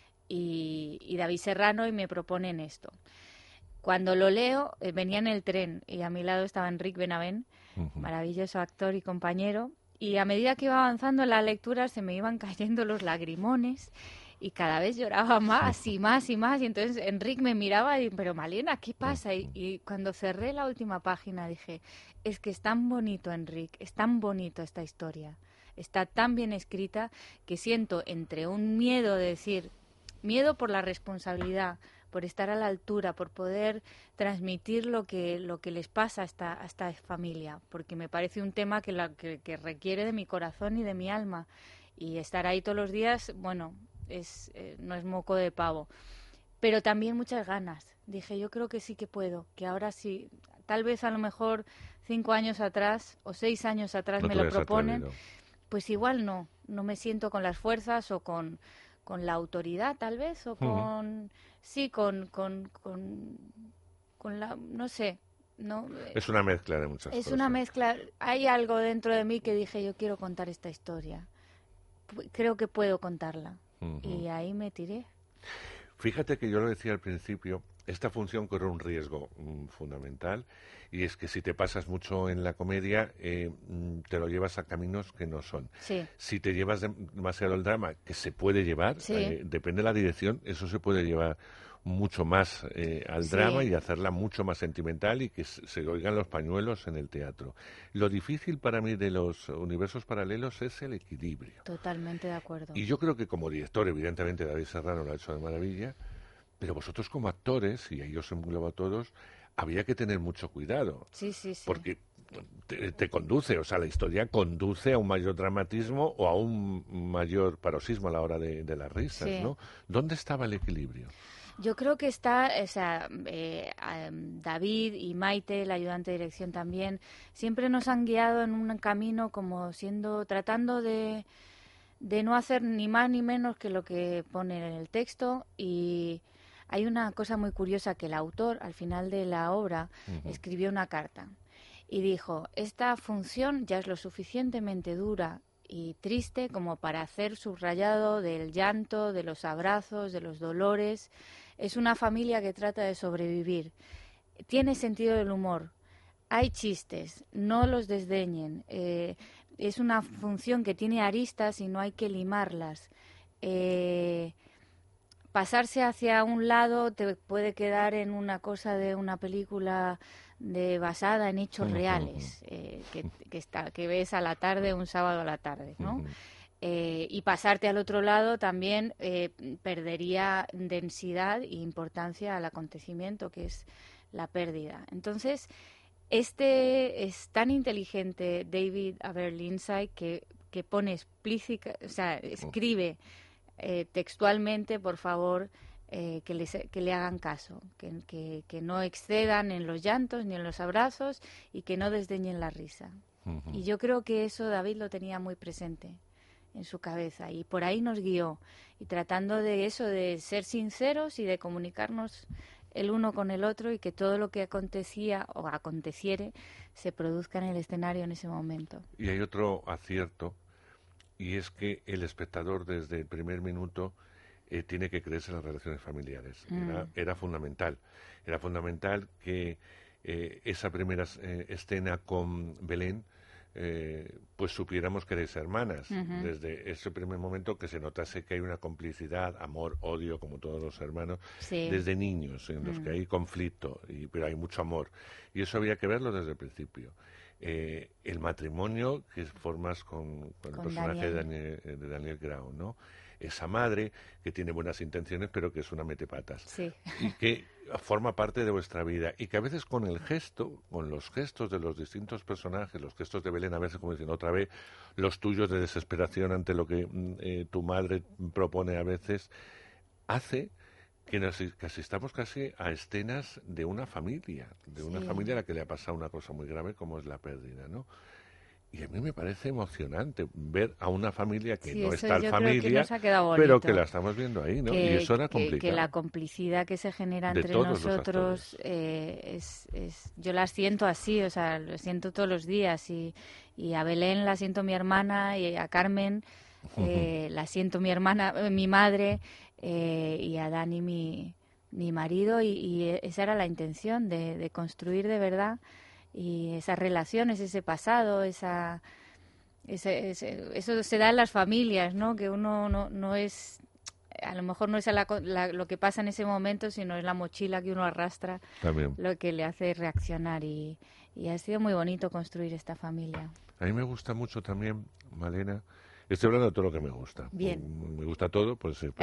y David Serrano, y me proponen esto. Cuando lo leo, venía en el tren y a mi lado estaba Enric Benavent, maravilloso actor y compañero, y a medida que iba avanzando en la lectura se me iban cayendo los lagrimones y cada vez lloraba más y más y más, y entonces Enric me miraba y, pero Malena, ¿qué pasa? Y cuando cerré la última página dije, es que es tan bonito, Enric, es tan bonito esta historia, está tan bien escrita que siento entre un miedo de decir, miedo por la responsabilidad, por estar a la altura, por poder transmitir lo que les pasa a esta familia, porque me parece un tema que requiere de mi corazón y de mi alma, y estar ahí todos los días, bueno, no es moco de pavo, pero también muchas ganas. Dije, yo creo que sí que puedo, que ahora sí, tal vez a lo mejor 5 años atrás o 6 años atrás me lo proponen, pues igual no me siento con las fuerzas o con la autoridad tal vez, o con la, no sé, no. Es una mezcla de muchas cosas. Es una mezcla, hay algo dentro de mí que dije, yo quiero contar esta historia, creo que puedo contarla, y ahí me tiré. Fíjate que yo lo decía al principio, esta función corre un riesgo fundamental, y es que si te pasas mucho en la comedia, te lo llevas a caminos que no son. Sí. Si te llevas demasiado el drama, que se puede llevar, depende de la dirección, eso se puede llevar mucho más al drama y hacerla mucho más sentimental y que se oigan los pañuelos en el teatro. Lo difícil para mí de los universos paralelos es el equilibrio. Totalmente de acuerdo. Y yo creo que como director, evidentemente David Serrano lo ha hecho de maravilla, pero vosotros como actores, y ahí os englobo a todos, había que tener mucho cuidado. Sí. Porque te conduce, o sea, la historia conduce a un mayor dramatismo o a un mayor paroxismo a la hora de las risas, ¿no? ¿Dónde estaba el equilibrio? Yo creo que está, o sea, David y Maite, la ayudante de dirección también, siempre nos han guiado en un camino como tratando de no hacer ni más ni menos que lo que pone en el texto. Y hay una cosa muy curiosa, que el autor, al final de la obra, escribió una carta y dijo, esta función ya es lo suficientemente dura y triste como para hacer subrayado del llanto, de los abrazos, de los dolores. Es una familia que trata de sobrevivir. Tiene sentido del humor. Hay chistes, no los desdeñen. Es una función que tiene aristas y no hay que limarlas. Pasarse hacia un lado te puede quedar en una cosa de una película basada en hechos reales, que ves a la tarde, un sábado a la tarde, ¿no? Y pasarte al otro lado también perdería densidad e importancia al acontecimiento, que es la pérdida. Entonces, es tan inteligente David Aber Lindsay que pone explícita, o sea, escribe textualmente, por favor, que le hagan caso, que no excedan en los llantos ni en los abrazos y que no desdeñen la risa. Y yo creo que eso David lo tenía muy presente en su cabeza y por ahí nos guió, y tratando de eso, de ser sinceros y de comunicarnos el uno con el otro, y que todo lo que acontecía o aconteciere se produzca en el escenario en ese momento. Y hay otro acierto, y es que el espectador desde el primer minuto tiene que creerse en las relaciones familiares. Era fundamental. Era fundamental que esa primera escena con Belén, pues supiéramos que erais hermanas. Desde ese primer momento, que se notase que hay una complicidad, amor, odio, como todos los hermanos, desde niños, en los que hay conflicto, pero hay mucho amor. Y eso había que verlo desde el principio. El matrimonio que formas con el personaje de Daniel Grau, ¿no? Esa madre que tiene buenas intenciones pero que es una metepatas, y que forma parte de vuestra vida, y que a veces con los gestos de los distintos personajes, los gestos de Belén, a veces como dicen otra vez, los tuyos de desesperación ante lo que tu madre propone a veces, hace que asistamos casi a escenas de una familia, familia a la que le ha pasado una cosa muy grave como es la pérdida, ¿no? Y a mí me parece emocionante ver a una familia que no es tal familia, pero que la estamos viendo ahí, ¿no? Y eso era complicado. Que la complicidad que se genera entre nosotros, yo la siento así, o sea, lo siento todos los días. Y a Belén la siento mi hermana, y a Carmen la siento mi hermana, mi madre, y a Dani mi marido, y esa era la intención, de construir de verdad. Y esas relaciones, ese pasado, eso se da en las familias, ¿no? Que uno no es, a lo mejor no es lo que pasa en ese momento, sino es la mochila que uno arrastra, lo que le hace reaccionar. Y ha sido muy bonito construir esta familia. A mí me gusta mucho también, Malena, estoy hablando de todo lo que me gusta. Bien. Me gusta todo, pues sí,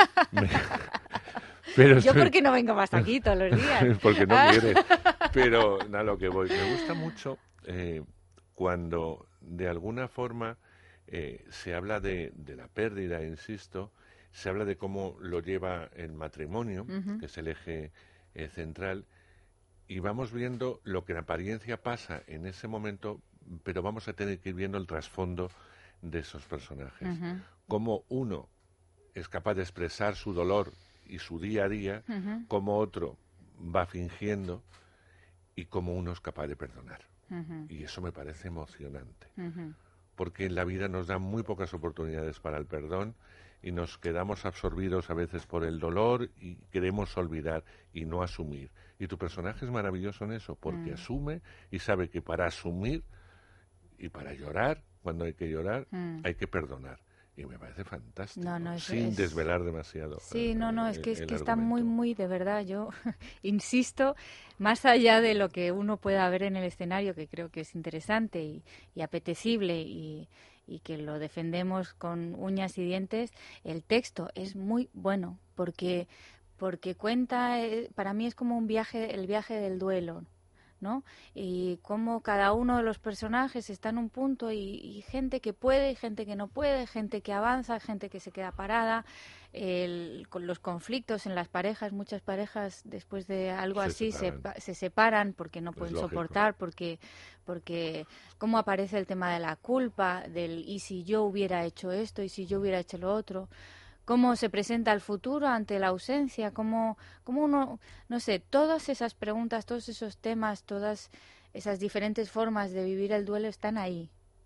yo porque no vengo más aquí todos los días. Porque no quiere. Pero nada, lo que voy. Me gusta mucho cuando de alguna forma se habla de la pérdida, insisto, se habla de cómo lo lleva el matrimonio, que es el eje central, y vamos viendo lo que en apariencia pasa en ese momento, pero vamos a tener que ir viendo el trasfondo de esos personajes. Cómo uno es capaz de expresar su dolor y su día a día, como otro va fingiendo, y como uno es capaz de perdonar. Y eso me parece emocionante, porque en la vida nos dan muy pocas oportunidades para el perdón, y nos quedamos absorbidos a veces por el dolor y queremos olvidar y no asumir. Y tu personaje es maravilloso en eso, porque asume y sabe que para asumir y para llorar, cuando hay que llorar, hay que perdonar. Y me parece fantástico, sin desvelar demasiado. Sí, es que está muy, muy, de verdad, yo insisto, más allá de lo que uno pueda ver en el escenario, que creo que es interesante y apetecible, y que lo defendemos con uñas y dientes, el texto es muy bueno, porque cuenta, para mí es como el viaje del duelo, ¿no? Y cómo cada uno de los personajes está en un punto, y gente que puede y gente que no puede, gente que avanza, gente que se queda parada, con los conflictos en las parejas. Muchas parejas después de algo así se separan porque no pueden soportar, porque cómo aparece el tema de la culpa, del y si yo hubiera hecho esto, y si yo hubiera hecho lo otro. Cómo se presenta el futuro ante la ausencia, cómo uno, no sé, todas esas preguntas, todos esos temas, todas esas diferentes formas de vivir el duelo están ahí,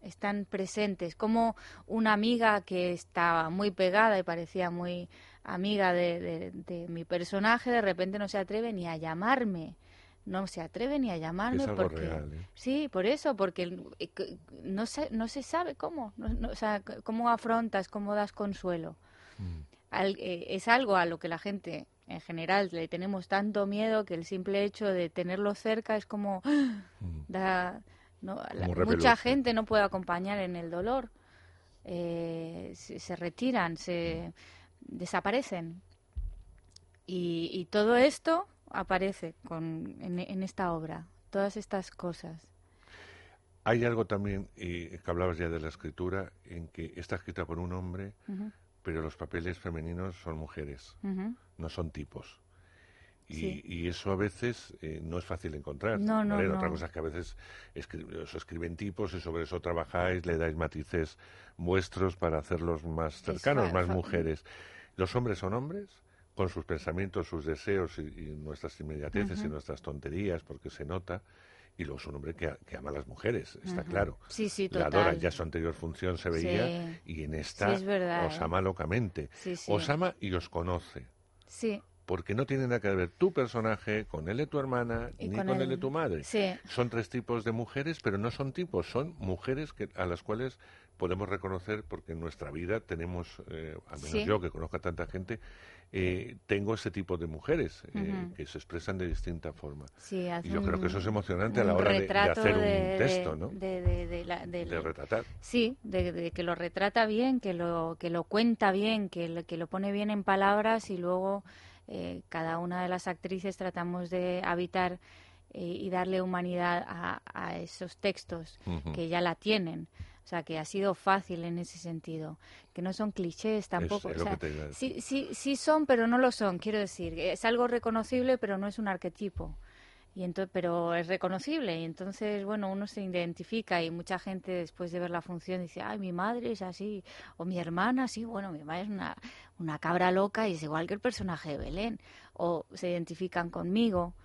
están presentes, como una amiga que estaba muy pegada y parecía muy amiga de mi personaje, de repente no se atreve ni a llamarme. No se atreve ni a llamarme es algo porque real, ¿eh? Sí, por eso, porque no se sabe cómo, o sea, cómo afrontas, cómo das consuelo. Es algo a lo que la gente en general le tenemos tanto miedo que el simple hecho de tenerlo cerca es como mucha gente no puede acompañar en el dolor, se retiran, se desaparecen y todo esto aparece en esta obra, todas estas cosas. Hay algo también, que hablabas ya de la escritura, en que está escrita por un hombre, pero los papeles femeninos son mujeres, no son tipos. Y eso a veces no es fácil encontrar. ¿Vale? Otra cosa es que a veces os escriben tipos y sobre eso trabajáis, le dais matices vuestros para hacerlos más cercanos, más mujeres. Los hombres son hombres, con sus pensamientos, sus deseos y nuestras inmediateces y nuestras tonterías, porque se nota, y luego es un hombre que ama a las mujeres, está claro. Sí, la total. adora, ya su anterior función se veía, y en esta os ama locamente. Os ama y os conoce. Sí. Porque no tiene nada que ver tu personaje con el de tu hermana ni con el de tu madre. Sí. Son tres tipos de mujeres, pero no son tipos, son mujeres a las cuales podemos reconocer porque en nuestra vida tenemos, al menos yo que conozco a tanta gente, tengo ese tipo de mujeres que se expresan de distinta forma. Sí, y yo creo que eso es emocionante a la hora de hacer un texto, ¿no? De retratar. Sí, de que lo retrata bien, que lo cuenta bien, que lo pone bien en palabras y luego cada una de las actrices tratamos de habitar y darle humanidad a esos textos que ya la tienen. O sea, que ha sido fácil en ese sentido. Que no son clichés tampoco. Es o sea, sí son, pero no lo son. Quiero decir, es algo reconocible, pero no es un arquetipo. Pero es reconocible. Y entonces, bueno, uno se identifica y mucha gente después de ver la función dice, ay, mi madre es así. O mi hermana, sí, bueno, mi madre es una cabra loca y es igual que el personaje de Belén. O se identifican conmigo.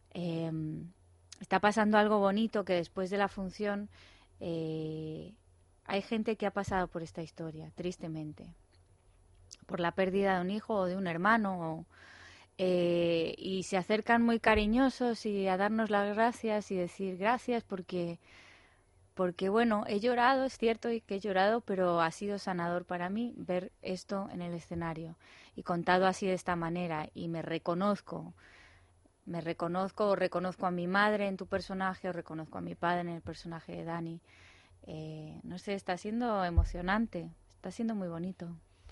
Está pasando algo bonito que después de la función... hay gente que ha pasado por esta historia, tristemente, por la pérdida de un hijo o de un hermano, y se acercan muy cariñosos y a darnos las gracias y decir gracias porque bueno, he llorado, es cierto que he llorado, pero ha sido sanador para mí ver esto en el escenario y contado así de esta manera y me reconozco o reconozco a mi madre en tu personaje o reconozco a mi padre en el personaje de Dani. No sé, está siendo emocionante, está siendo muy bonito.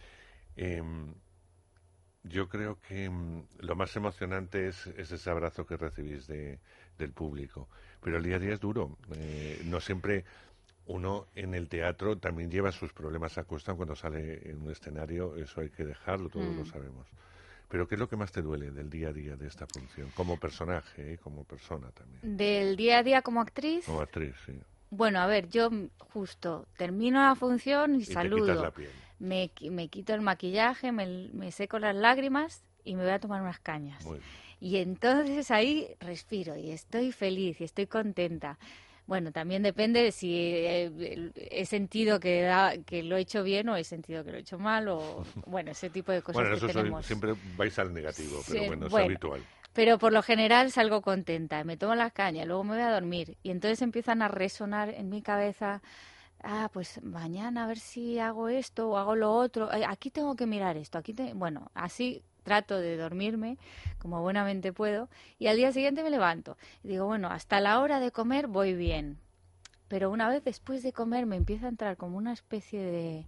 Yo creo que lo más emocionante es ese abrazo que recibís del público, pero el día a día es duro. No siempre uno en el teatro también lleva sus problemas a cuesta cuando sale en un escenario, eso hay que dejarlo, todos lo sabemos. Pero ¿qué es lo que más te duele del día a día de esta función? Como personaje, como persona también. ¿Del día a día como actriz? Como actriz, sí. Bueno, a ver, yo justo termino la función y saludo. Te quitas la piel. Me quito el maquillaje, me seco las lágrimas y me voy a tomar unas cañas. Y entonces ahí respiro y estoy feliz y estoy contenta. Bueno, también depende de si he sentido que lo he hecho bien o he sentido que lo he hecho mal o bueno, ese tipo de cosas que tenemos. Bueno, eso siempre vais al negativo, pero sí, bueno, es habitual. Pero por lo general salgo contenta, me tomo las cañas, luego me voy a dormir y entonces empiezan a resonar en mi cabeza, pues mañana a ver si hago esto o hago lo otro, aquí tengo que mirar esto, bueno, así trato de dormirme como buenamente puedo y al día siguiente me levanto y digo, bueno, hasta la hora de comer voy bien, pero una vez después de comer me empieza a entrar como una especie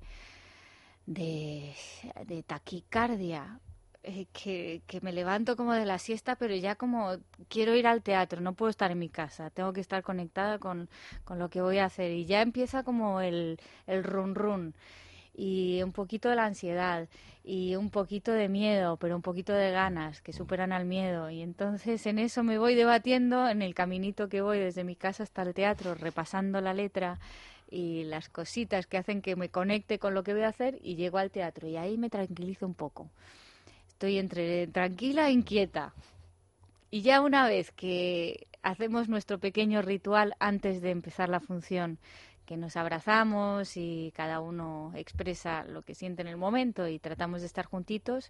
de taquicardia, que me levanto como de la siesta, pero ya como quiero ir al teatro, no puedo estar en mi casa, tengo que estar conectada con lo que voy a hacer y ya empieza como el run run y un poquito de la ansiedad y un poquito de miedo, pero un poquito de ganas que superan al miedo y entonces en eso me voy debatiendo en el caminito que voy desde mi casa hasta el teatro, repasando la letra y las cositas que hacen que me conecte con lo que voy a hacer y llego al teatro y ahí me tranquilizo un poco. Estoy entre tranquila e inquieta. Y ya una vez que hacemos nuestro pequeño ritual antes de empezar la función, nos abrazamos y cada uno expresa lo que siente en el momento y tratamos de estar juntitos.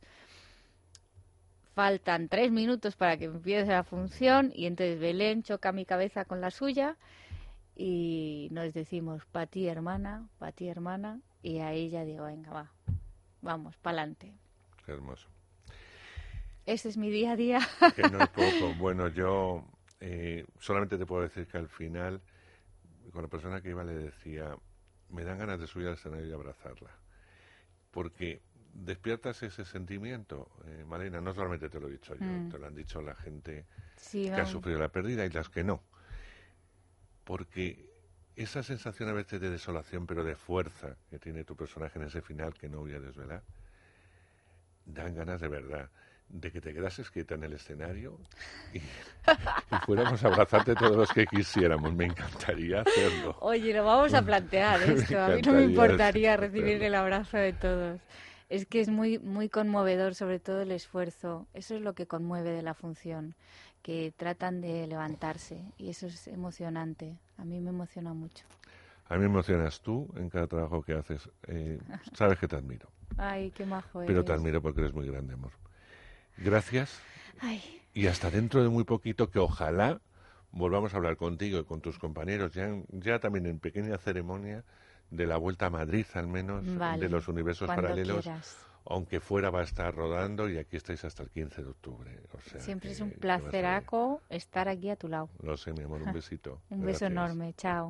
Faltan 3 minutos para que empiece la función y entonces Belén choca mi cabeza con la suya y nos decimos, pa' ti hermana, y ahí ya digo, venga, va, vamos, pa'lante. Qué hermoso. Ese es mi día a día. Que no es poco. Bueno, yo solamente te puedo decir que al final, con la persona que iba le decía, me dan ganas de subir al escenario y abrazarla. Porque despiertas ese sentimiento, Malena, no solamente te lo he dicho yo, te lo han dicho la gente que ha sufrido la pérdida y las que no. Porque esa sensación a veces de desolación, pero de fuerza que tiene tu personaje en ese final, que no voy a desvelar, dan ganas de verdad de que te quedases quieta en el escenario y fuéramos a abrazarte todos los que quisiéramos. Me encantaría hacerlo. Oye, lo vamos a plantear esto. A mí no me importaría recibir el abrazo de todos. Es que es muy, muy conmovedor, sobre todo el esfuerzo. Eso es lo que conmueve de la función, que tratan de levantarse y eso es emocionante. A mí me emociona mucho. A mí me emocionas tú en cada trabajo que haces. Sabes que te admiro. Ay, qué majo eres. Pero te admiro porque eres muy grande, amor. Gracias. Ay. Y hasta dentro de muy poquito, que ojalá volvamos a hablar contigo y con tus compañeros, ya también en pequeña ceremonia de la vuelta a Madrid, al menos, vale, de los universos paralelos. Quieras. Aunque fuera va a estar rodando y aquí estáis hasta el 15 de octubre. O sea, siempre es un placeraco estar aquí a tu lado. Lo sé, mi amor, un besito. Un beso enorme, chao.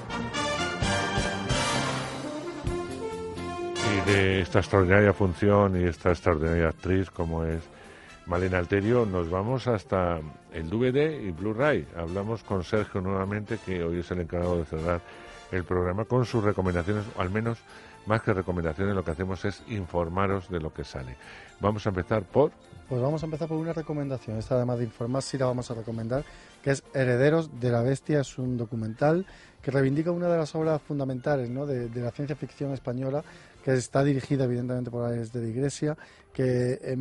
Y de esta extraordinaria función y esta extraordinaria actriz como es Malena Alterio, nos vamos hasta el DVD y Blu-ray. Hablamos con Sergio nuevamente, que hoy es el encargado de cerrar el programa con sus recomendaciones, o al menos más que recomendaciones, lo que hacemos es informaros de lo que sale. Vamos a empezar por... Pues vamos a empezar por una recomendación. Esta, además de informar, sí la vamos a recomendar, que es Herederos de la Bestia. Es un documental que reivindica una de las obras fundamentales, ¿no?, de la ciencia ficción española, que está dirigida evidentemente por Alex de la Iglesia, que en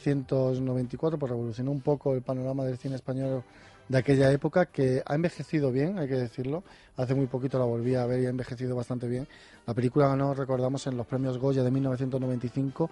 1994 pues revolucionó un poco el panorama del cine español de aquella época, que ha envejecido bien, hay que decirlo. Hace muy poquito la volví a ver y ha envejecido bastante bien. La película ganó, recordamos, en los premios Goya de 1995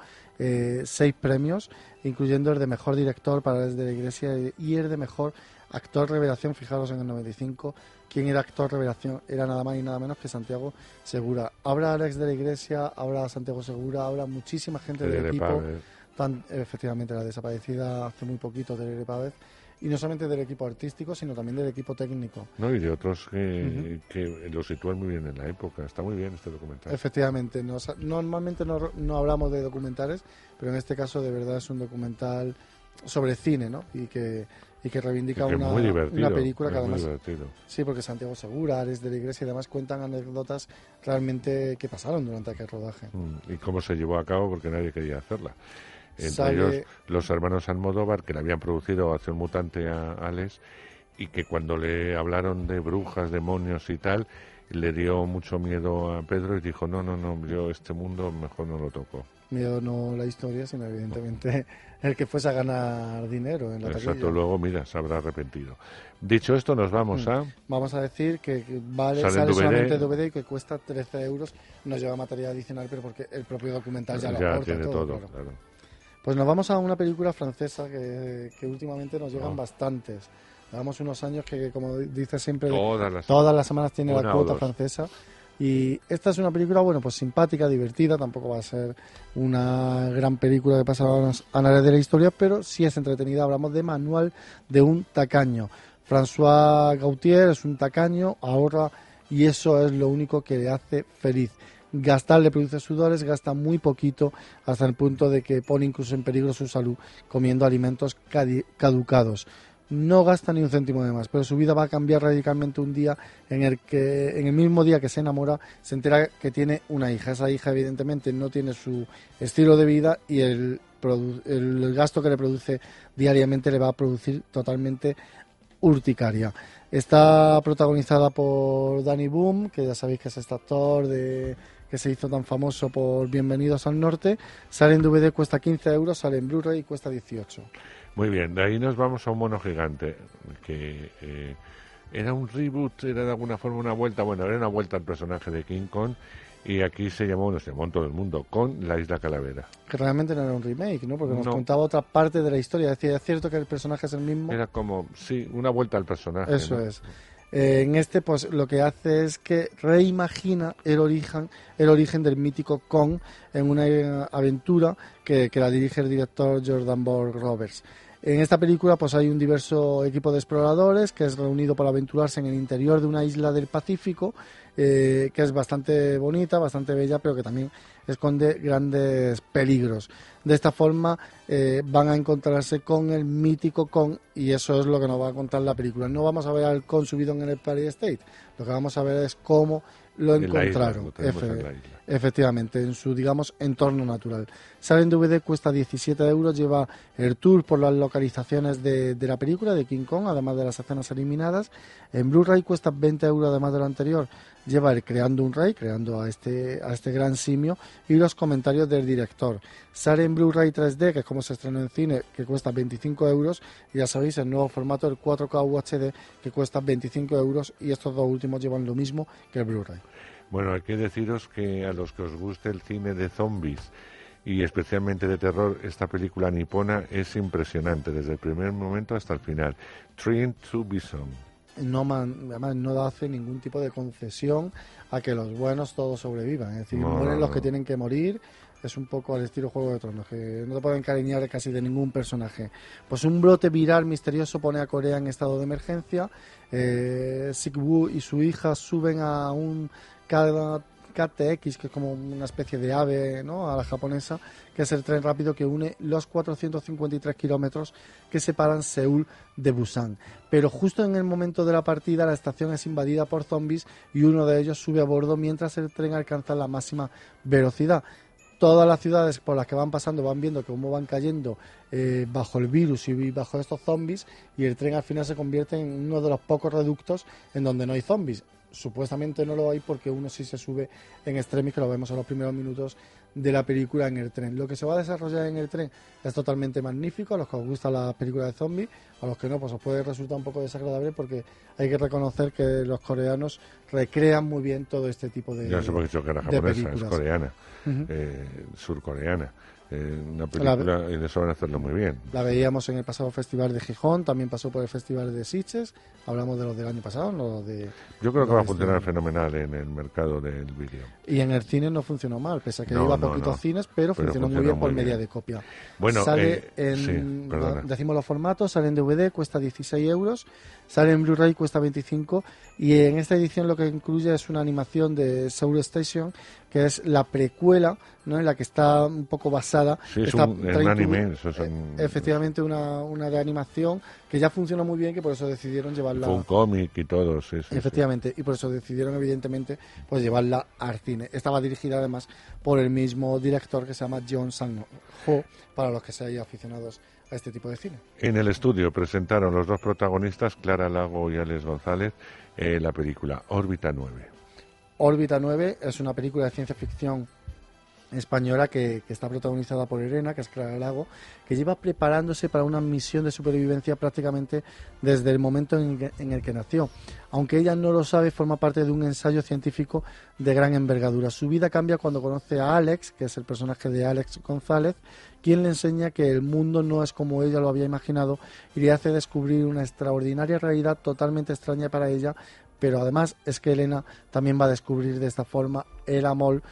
6 premios, incluyendo el de Mejor Director para Alex de la Iglesia y el de Mejor Actor Revelación. Fijaros, en el 95, ¿quién era actor revelación? Era nada más y nada menos que Santiago Segura. Habla Alex de la Iglesia, habla Santiago Segura, habla muchísima gente del equipo. Efectivamente, la desaparecida hace muy poquito Terere Pávez. Y no solamente del equipo artístico, sino también del equipo técnico. No, y de otros que lo sitúan muy bien en la época. Está muy bien este documental. Efectivamente. Normalmente no hablamos de documentales, pero en este caso de verdad es un documental sobre cine, ¿no? Y que reivindica una película que además... Sí, porque Santiago Segura, Alex de la Iglesia y demás cuentan anécdotas realmente que pasaron durante aquel rodaje. Y cómo se llevó a cabo, porque nadie quería hacerla. Entre ellos los hermanos Almodóvar, que le habían producido Acción Mutante a Alex, y que cuando le hablaron de brujas, demonios y tal, le dio mucho miedo a Pedro y dijo, no, yo este mundo mejor no lo toco. Miedo no la historia, sino evidentemente el que fuese a ganar dinero en la taquilla. Exacto, luego, mira, se habrá arrepentido. Dicho esto, nos vamos a... Vamos a decir que sale solamente DVD y que cuesta 13 euros. Nos lleva material adicional, pero porque el propio documental ya lo aporta tiene todo. Claro. Pues nos vamos a una película francesa que últimamente nos llegan bastantes. Llevamos unos años que, como dice siempre, todas las semanas tiene la cuota francesa. Y esta es una película, bueno, pues simpática, divertida. Tampoco va a ser una gran película que pasa a nadie de la historia, pero sí es entretenida. Hablamos de Manual de un tacaño. François Gautier es un tacaño, ahorra y eso es lo único que le hace feliz. Gastar le produce sudores, gasta muy poquito, hasta el punto de que pone incluso en peligro su salud comiendo alimentos caducados. No gasta ni un céntimo de más, pero su vida va a cambiar radicalmente un día en el que, en el mismo día que se enamora, se entera que tiene una hija. Esa hija evidentemente no tiene su estilo de vida y el gasto que le produce diariamente le va a producir totalmente urticaria. Está protagonizada por Danny Boom, que ya sabéis que es este actor que se hizo tan famoso por Bienvenidos al Norte. Sale en DVD, cuesta 15 euros, sale en Blu-ray y cuesta 18. Muy bien, de ahí nos vamos a Un mono gigante, que era un reboot, era de alguna forma una vuelta, bueno, era una vuelta al personaje de King Kong, y aquí se llamó en todo el mundo, con La Isla Calavera. Que realmente no era un remake, ¿no? Porque nos contaba otra parte de la historia. Decía, es cierto que el personaje es el mismo. Era como, sí, una vuelta al personaje. Eso ¿no? es. En este, pues lo que hace es que reimagina el origen del mítico Kong en una aventura que la dirige el director Jordan Borg Roberts. En esta película pues hay un diverso equipo de exploradores que es reunido para aventurarse en el interior de una isla del Pacífico que es bastante bonita, bastante bella, pero que también esconde grandes peligros. De esta forma van a encontrarse con el mítico Kong, y eso es lo que nos va a contar la película. No vamos a ver al Kong subido en el Empire State, lo que vamos a ver es cómo lo encontraron. Efectivamente, en su, digamos, entorno natural. Sale en DVD, cuesta 17 euros, lleva el tour por las localizaciones de la película, de King Kong, además de las escenas eliminadas. En Blu-ray cuesta 20 euros, además de lo anterior. Lleva el Creando un Rey, creando a este gran simio, y los comentarios del director. Sale en Blu-ray 3D, que es como se estrenó en cine, que cuesta 25 euros, y ya sabéis, el nuevo formato, el 4K UHD, que cuesta 25 euros, y estos dos últimos llevan lo mismo que el Blu-ray. Bueno, hay que deciros que a los que os guste el cine de zombies y especialmente de terror, esta película nipona es impresionante desde el primer momento hasta el final. Train to Bison. Además no hace ningún tipo de concesión a que los buenos todos sobrevivan, es decir, mueren los que tienen que morir. Es un poco al estilo Juego de Tronos, que no te pueden encariñar casi de ningún personaje. Pues un brote viral misterioso pone a Corea en estado de emergencia. Sik-woo y su hija suben a un KTX, que es como una especie de ave, ¿no?, a la japonesa, que es el tren rápido que une los 453 kilómetros que separan Seúl de Busan. Pero justo en el momento de la partida, la estación es invadida por zombies y uno de ellos sube a bordo mientras el tren alcanza la máxima velocidad. Todas las ciudades por las que van pasando van viendo cómo van cayendo bajo el virus y bajo estos zombies, y el tren al final se convierte en uno de los pocos reductos en donde no hay zombies. Supuestamente no lo hay porque uno sí se sube en extremis, que lo vemos en los primeros minutos de la película en el tren. Lo que se va a desarrollar en el tren es totalmente magnífico. A los que os gustan las películas de zombies, a los que no, pues os puede resultar un poco desagradable, porque hay que reconocer que los coreanos recrean muy bien todo este tipo de películas. Ya se me ha dicho que era japonesa, es coreana, surcoreana. Una película y de eso van a hacerlo muy bien. La veíamos en el pasado Festival de Gijón, también pasó por el Festival de Sitges. Hablamos de los del año pasado, no los de... Yo creo que va a funcionar fenomenal en el mercado del vídeo. Y en el cine no funcionó mal, pese a que iba a poquitos cines, pero funcionó muy bien por media de copia. Bueno, sale decimos los formatos, sale en DVD, cuesta 16 euros, sale en Blu-ray, cuesta 25, y en esta edición lo que incluye es una animación de Seoul Station, que es la precuela, ¿no?, en la que está un poco basada. Sí, es un anime. Efectivamente, una de animación que ya funcionó muy bien, que por eso decidieron llevarla... Fue un cómic y todo, sí. Efectivamente, y por eso decidieron, evidentemente, pues llevarla al cine. Estaba dirigida, además, por el mismo director, que se llama John Sang-ho, para los que seáis aficionados a este tipo de cine. En el estudio presentaron los dos protagonistas, Clara Lago y Alex González, la película Órbita 9. Órbita 9 es una película de ciencia ficción española que está protagonizada por Irene, que es Clara Lago, que lleva preparándose para una misión de supervivencia prácticamente desde el momento en el que nació. Aunque ella no lo sabe, forma parte de un ensayo científico de gran envergadura. Su vida cambia cuando conoce a Alex, que es el personaje de Alex González, quien le enseña que el mundo no es como ella lo había imaginado y le hace descubrir una extraordinaria realidad totalmente extraña para ella. Pero además es que Elena también va a descubrir de esta forma el amor,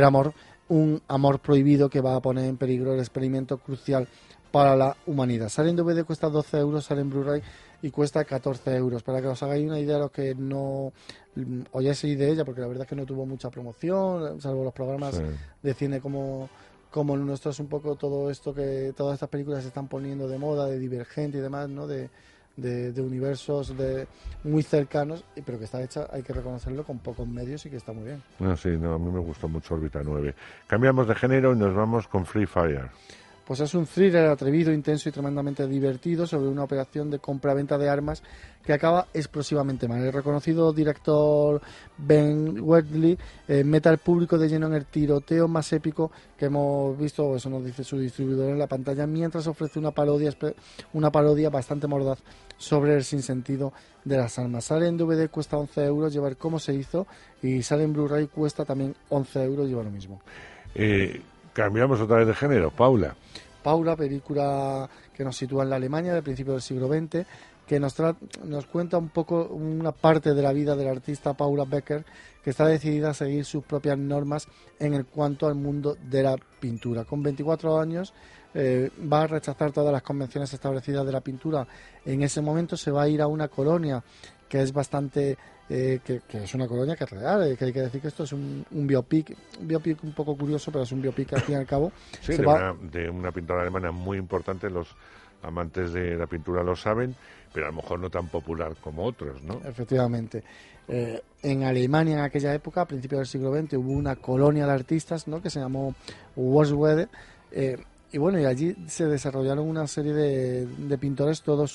un amor prohibido que va a poner en peligro el experimento crucial para la humanidad. Sale en DVD, cuesta 12 euros, sale en Blu-ray y cuesta 14 euros. Para que os hagáis una idea, los que no oyáis de ella, porque la verdad es que no tuvo mucha promoción, salvo los programas de cine como el nuestro, es un poco todo esto que todas estas películas se están poniendo de moda, de Divergente y demás, ¿no?, de universos muy cercanos, pero que está hecha, hay que reconocerlo, con pocos medios y que está muy bien. A mí me gustó mucho Órbita 9. Cambiamos de género y nos vamos con Free Fire. Pues es un thriller atrevido, intenso y tremendamente divertido sobre una operación de compra-venta de armas que acaba explosivamente mal. El reconocido director Ben Wheatley mete al público de lleno en el tiroteo más épico que hemos visto, eso nos dice su distribuidor en la pantalla, mientras ofrece una parodia bastante mordaz sobre el sinsentido de las armas. Sale en DVD, cuesta 11 euros, lleva el Cómo se hizo, y sale en Blu-ray, cuesta también 11 euros, lleva lo mismo. Cambiamos otra vez de género, Paula, película que nos sitúa en la Alemania del principio del siglo XX, que nos cuenta un poco una parte de la vida del artista Paula Becker, que está decidida a seguir sus propias normas en cuanto al mundo de la pintura. Con 24 años va a rechazar todas las convenciones establecidas de la pintura. En ese momento se va a ir a una colonia que es bastante... que es una colonia que es real, que hay que decir que esto es un biopic un poco curioso, pero es un biopic al fin y al cabo. Sí, de una pintora alemana muy importante, los amantes de la pintura lo saben, pero a lo mejor no tan popular como otros, ¿no? Efectivamente. En Alemania en aquella época, a principios del siglo XX, hubo una colonia de artistas, ¿no?, que se llamó Wolfswede, y bueno, y allí se desarrollaron una serie de pintores toda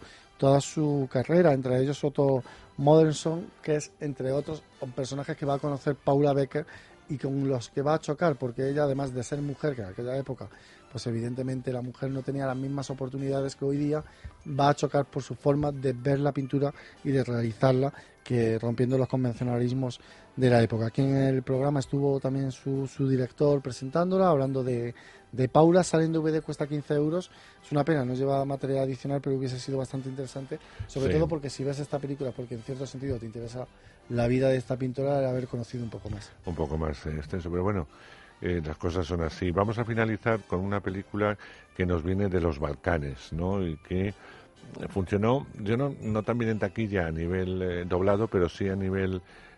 su carrera, entre ellos Otto Modersohn, que es, entre otros, un personaje que va a conocer Paula Becker y con los que va a chocar, porque ella, además de ser mujer, que en aquella época, pues evidentemente la mujer no tenía las mismas oportunidades que hoy día, va a chocar por su forma de ver la pintura y de realizarla, que rompiendo los convencionalismos de la época. Aquí en el programa estuvo también su director presentándola, hablando de Paula. Sale en DVD, cuesta 15 euros. Es una pena, no lleva material adicional, pero hubiese sido bastante interesante, sobre todo porque si ves esta película, porque en cierto sentido te interesa la vida de esta pintora, el haber conocido un poco más. Un poco más extenso, pero bueno, las cosas son así. Vamos a finalizar con una película que nos viene de los Balcanes, ¿no? Y que funcionó, yo no tan bien en taquilla a nivel doblado, pero sí a nivel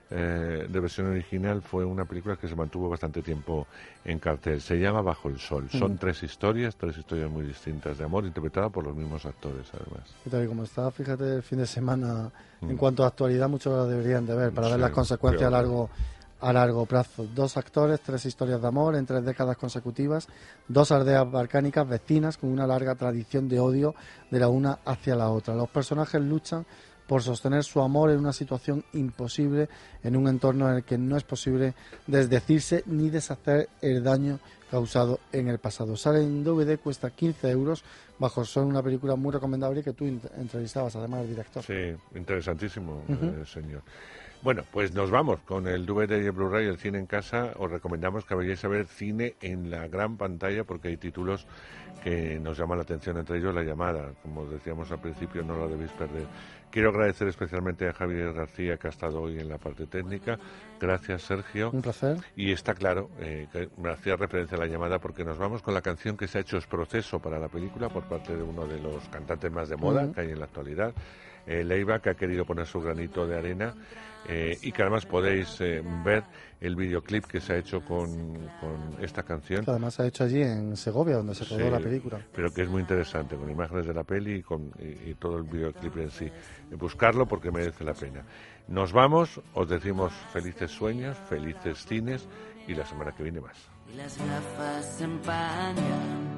de versión original. Fue una película que se mantuvo bastante tiempo en cartel. Se llama Bajo el Sol. Son tres historias muy distintas de amor, interpretadas por los mismos actores, además. Y tal y como está, fíjate, el fin de semana, en cuanto a actualidad, muchos lo deberían de ver, para ver las consecuencias a largo plazo. 2 actores, 3 historias de amor en 3 décadas consecutivas, 2 aldeas balcánicas vecinas con una larga tradición de odio de la una hacia la otra. Los personajes luchan por sostener su amor en una situación imposible, en un entorno en el que no es posible desdecirse ni deshacer el daño causado en el pasado. Sale en DVD, cuesta 15 euros. Bajo el Sol, una película muy recomendable que tú entrevistabas, además, al director. Sí, interesantísimo, señor. Bueno, pues nos vamos con el DVD y el Blu-ray, el cine en casa. Os recomendamos que vayáis a ver cine en la gran pantalla, porque hay títulos que nos llaman la atención, entre ellos La Llamada. Como decíamos al principio, no la debéis perder. Quiero agradecer especialmente a Javier García, que ha estado hoy en la parte técnica. Gracias, Sergio. Un placer. Y está claro que me hacía referencia a La Llamada, porque nos vamos con la canción que se ha hecho proceso para la película por parte de uno de los cantantes más de moda que hay en la actualidad, Leiva, que ha querido poner su granito de arena, y que además podéis ver el videoclip que se ha hecho con esta canción. Que además se ha hecho allí en Segovia, donde se rodó la película. Pero que es muy interesante, con imágenes de la peli y todo el videoclip en sí. Buscarlo porque merece la pena. Nos vamos, os decimos felices sueños, felices cines, y la semana que viene más. Y las gafas se empañan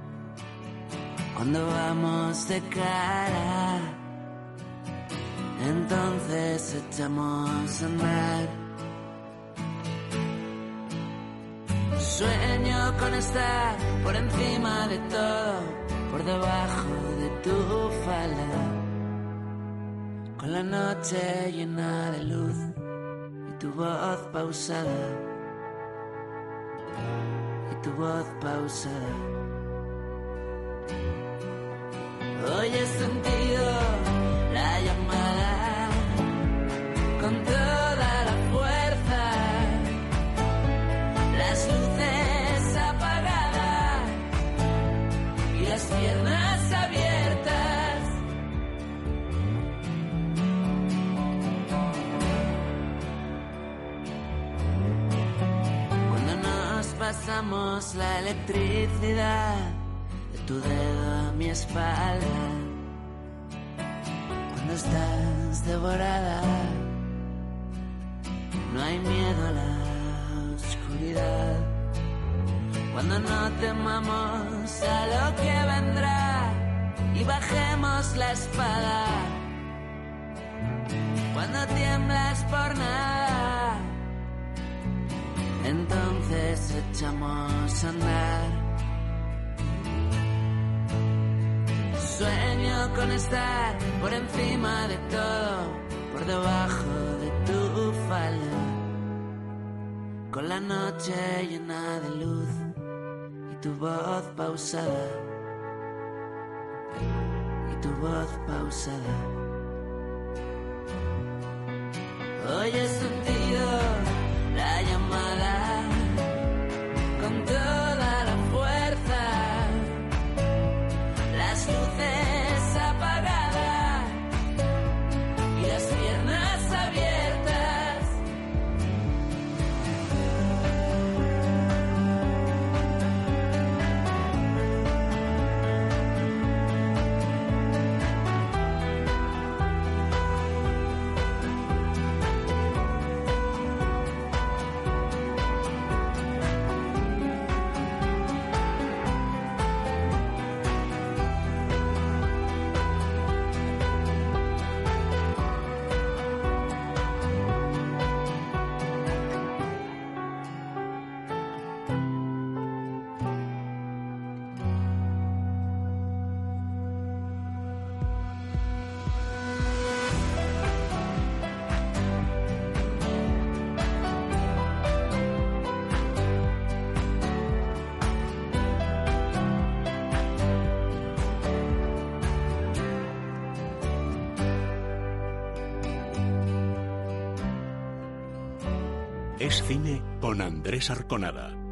cuando vamos de cara. Entonces echamos a andar. Sueño con estar por encima de todo, por debajo de tu falda, con la noche llena de luz y tu voz pausada, y tu voz pausada. Hoy he sentido la llamada con toda la fuerza, las luces apagadas y las piernas abiertas. Cuando nos pasamos la electricidad de tu dedo a mi espalda, cuando estás devorada, no hay miedo a la oscuridad. Cuando no temamos a lo que vendrá y bajemos la espada. Cuando tiemblas por nada, entonces echamos a andar. Sueño con estar por encima de todo, por debajo de tu falda, con la noche llena de luz y tu voz pausada, y tu voz pausada. Hoy he sentido la llamada con toda la fuerza, las luces apagadas y las piernas abiertas. Es cine con Andrés Arconada.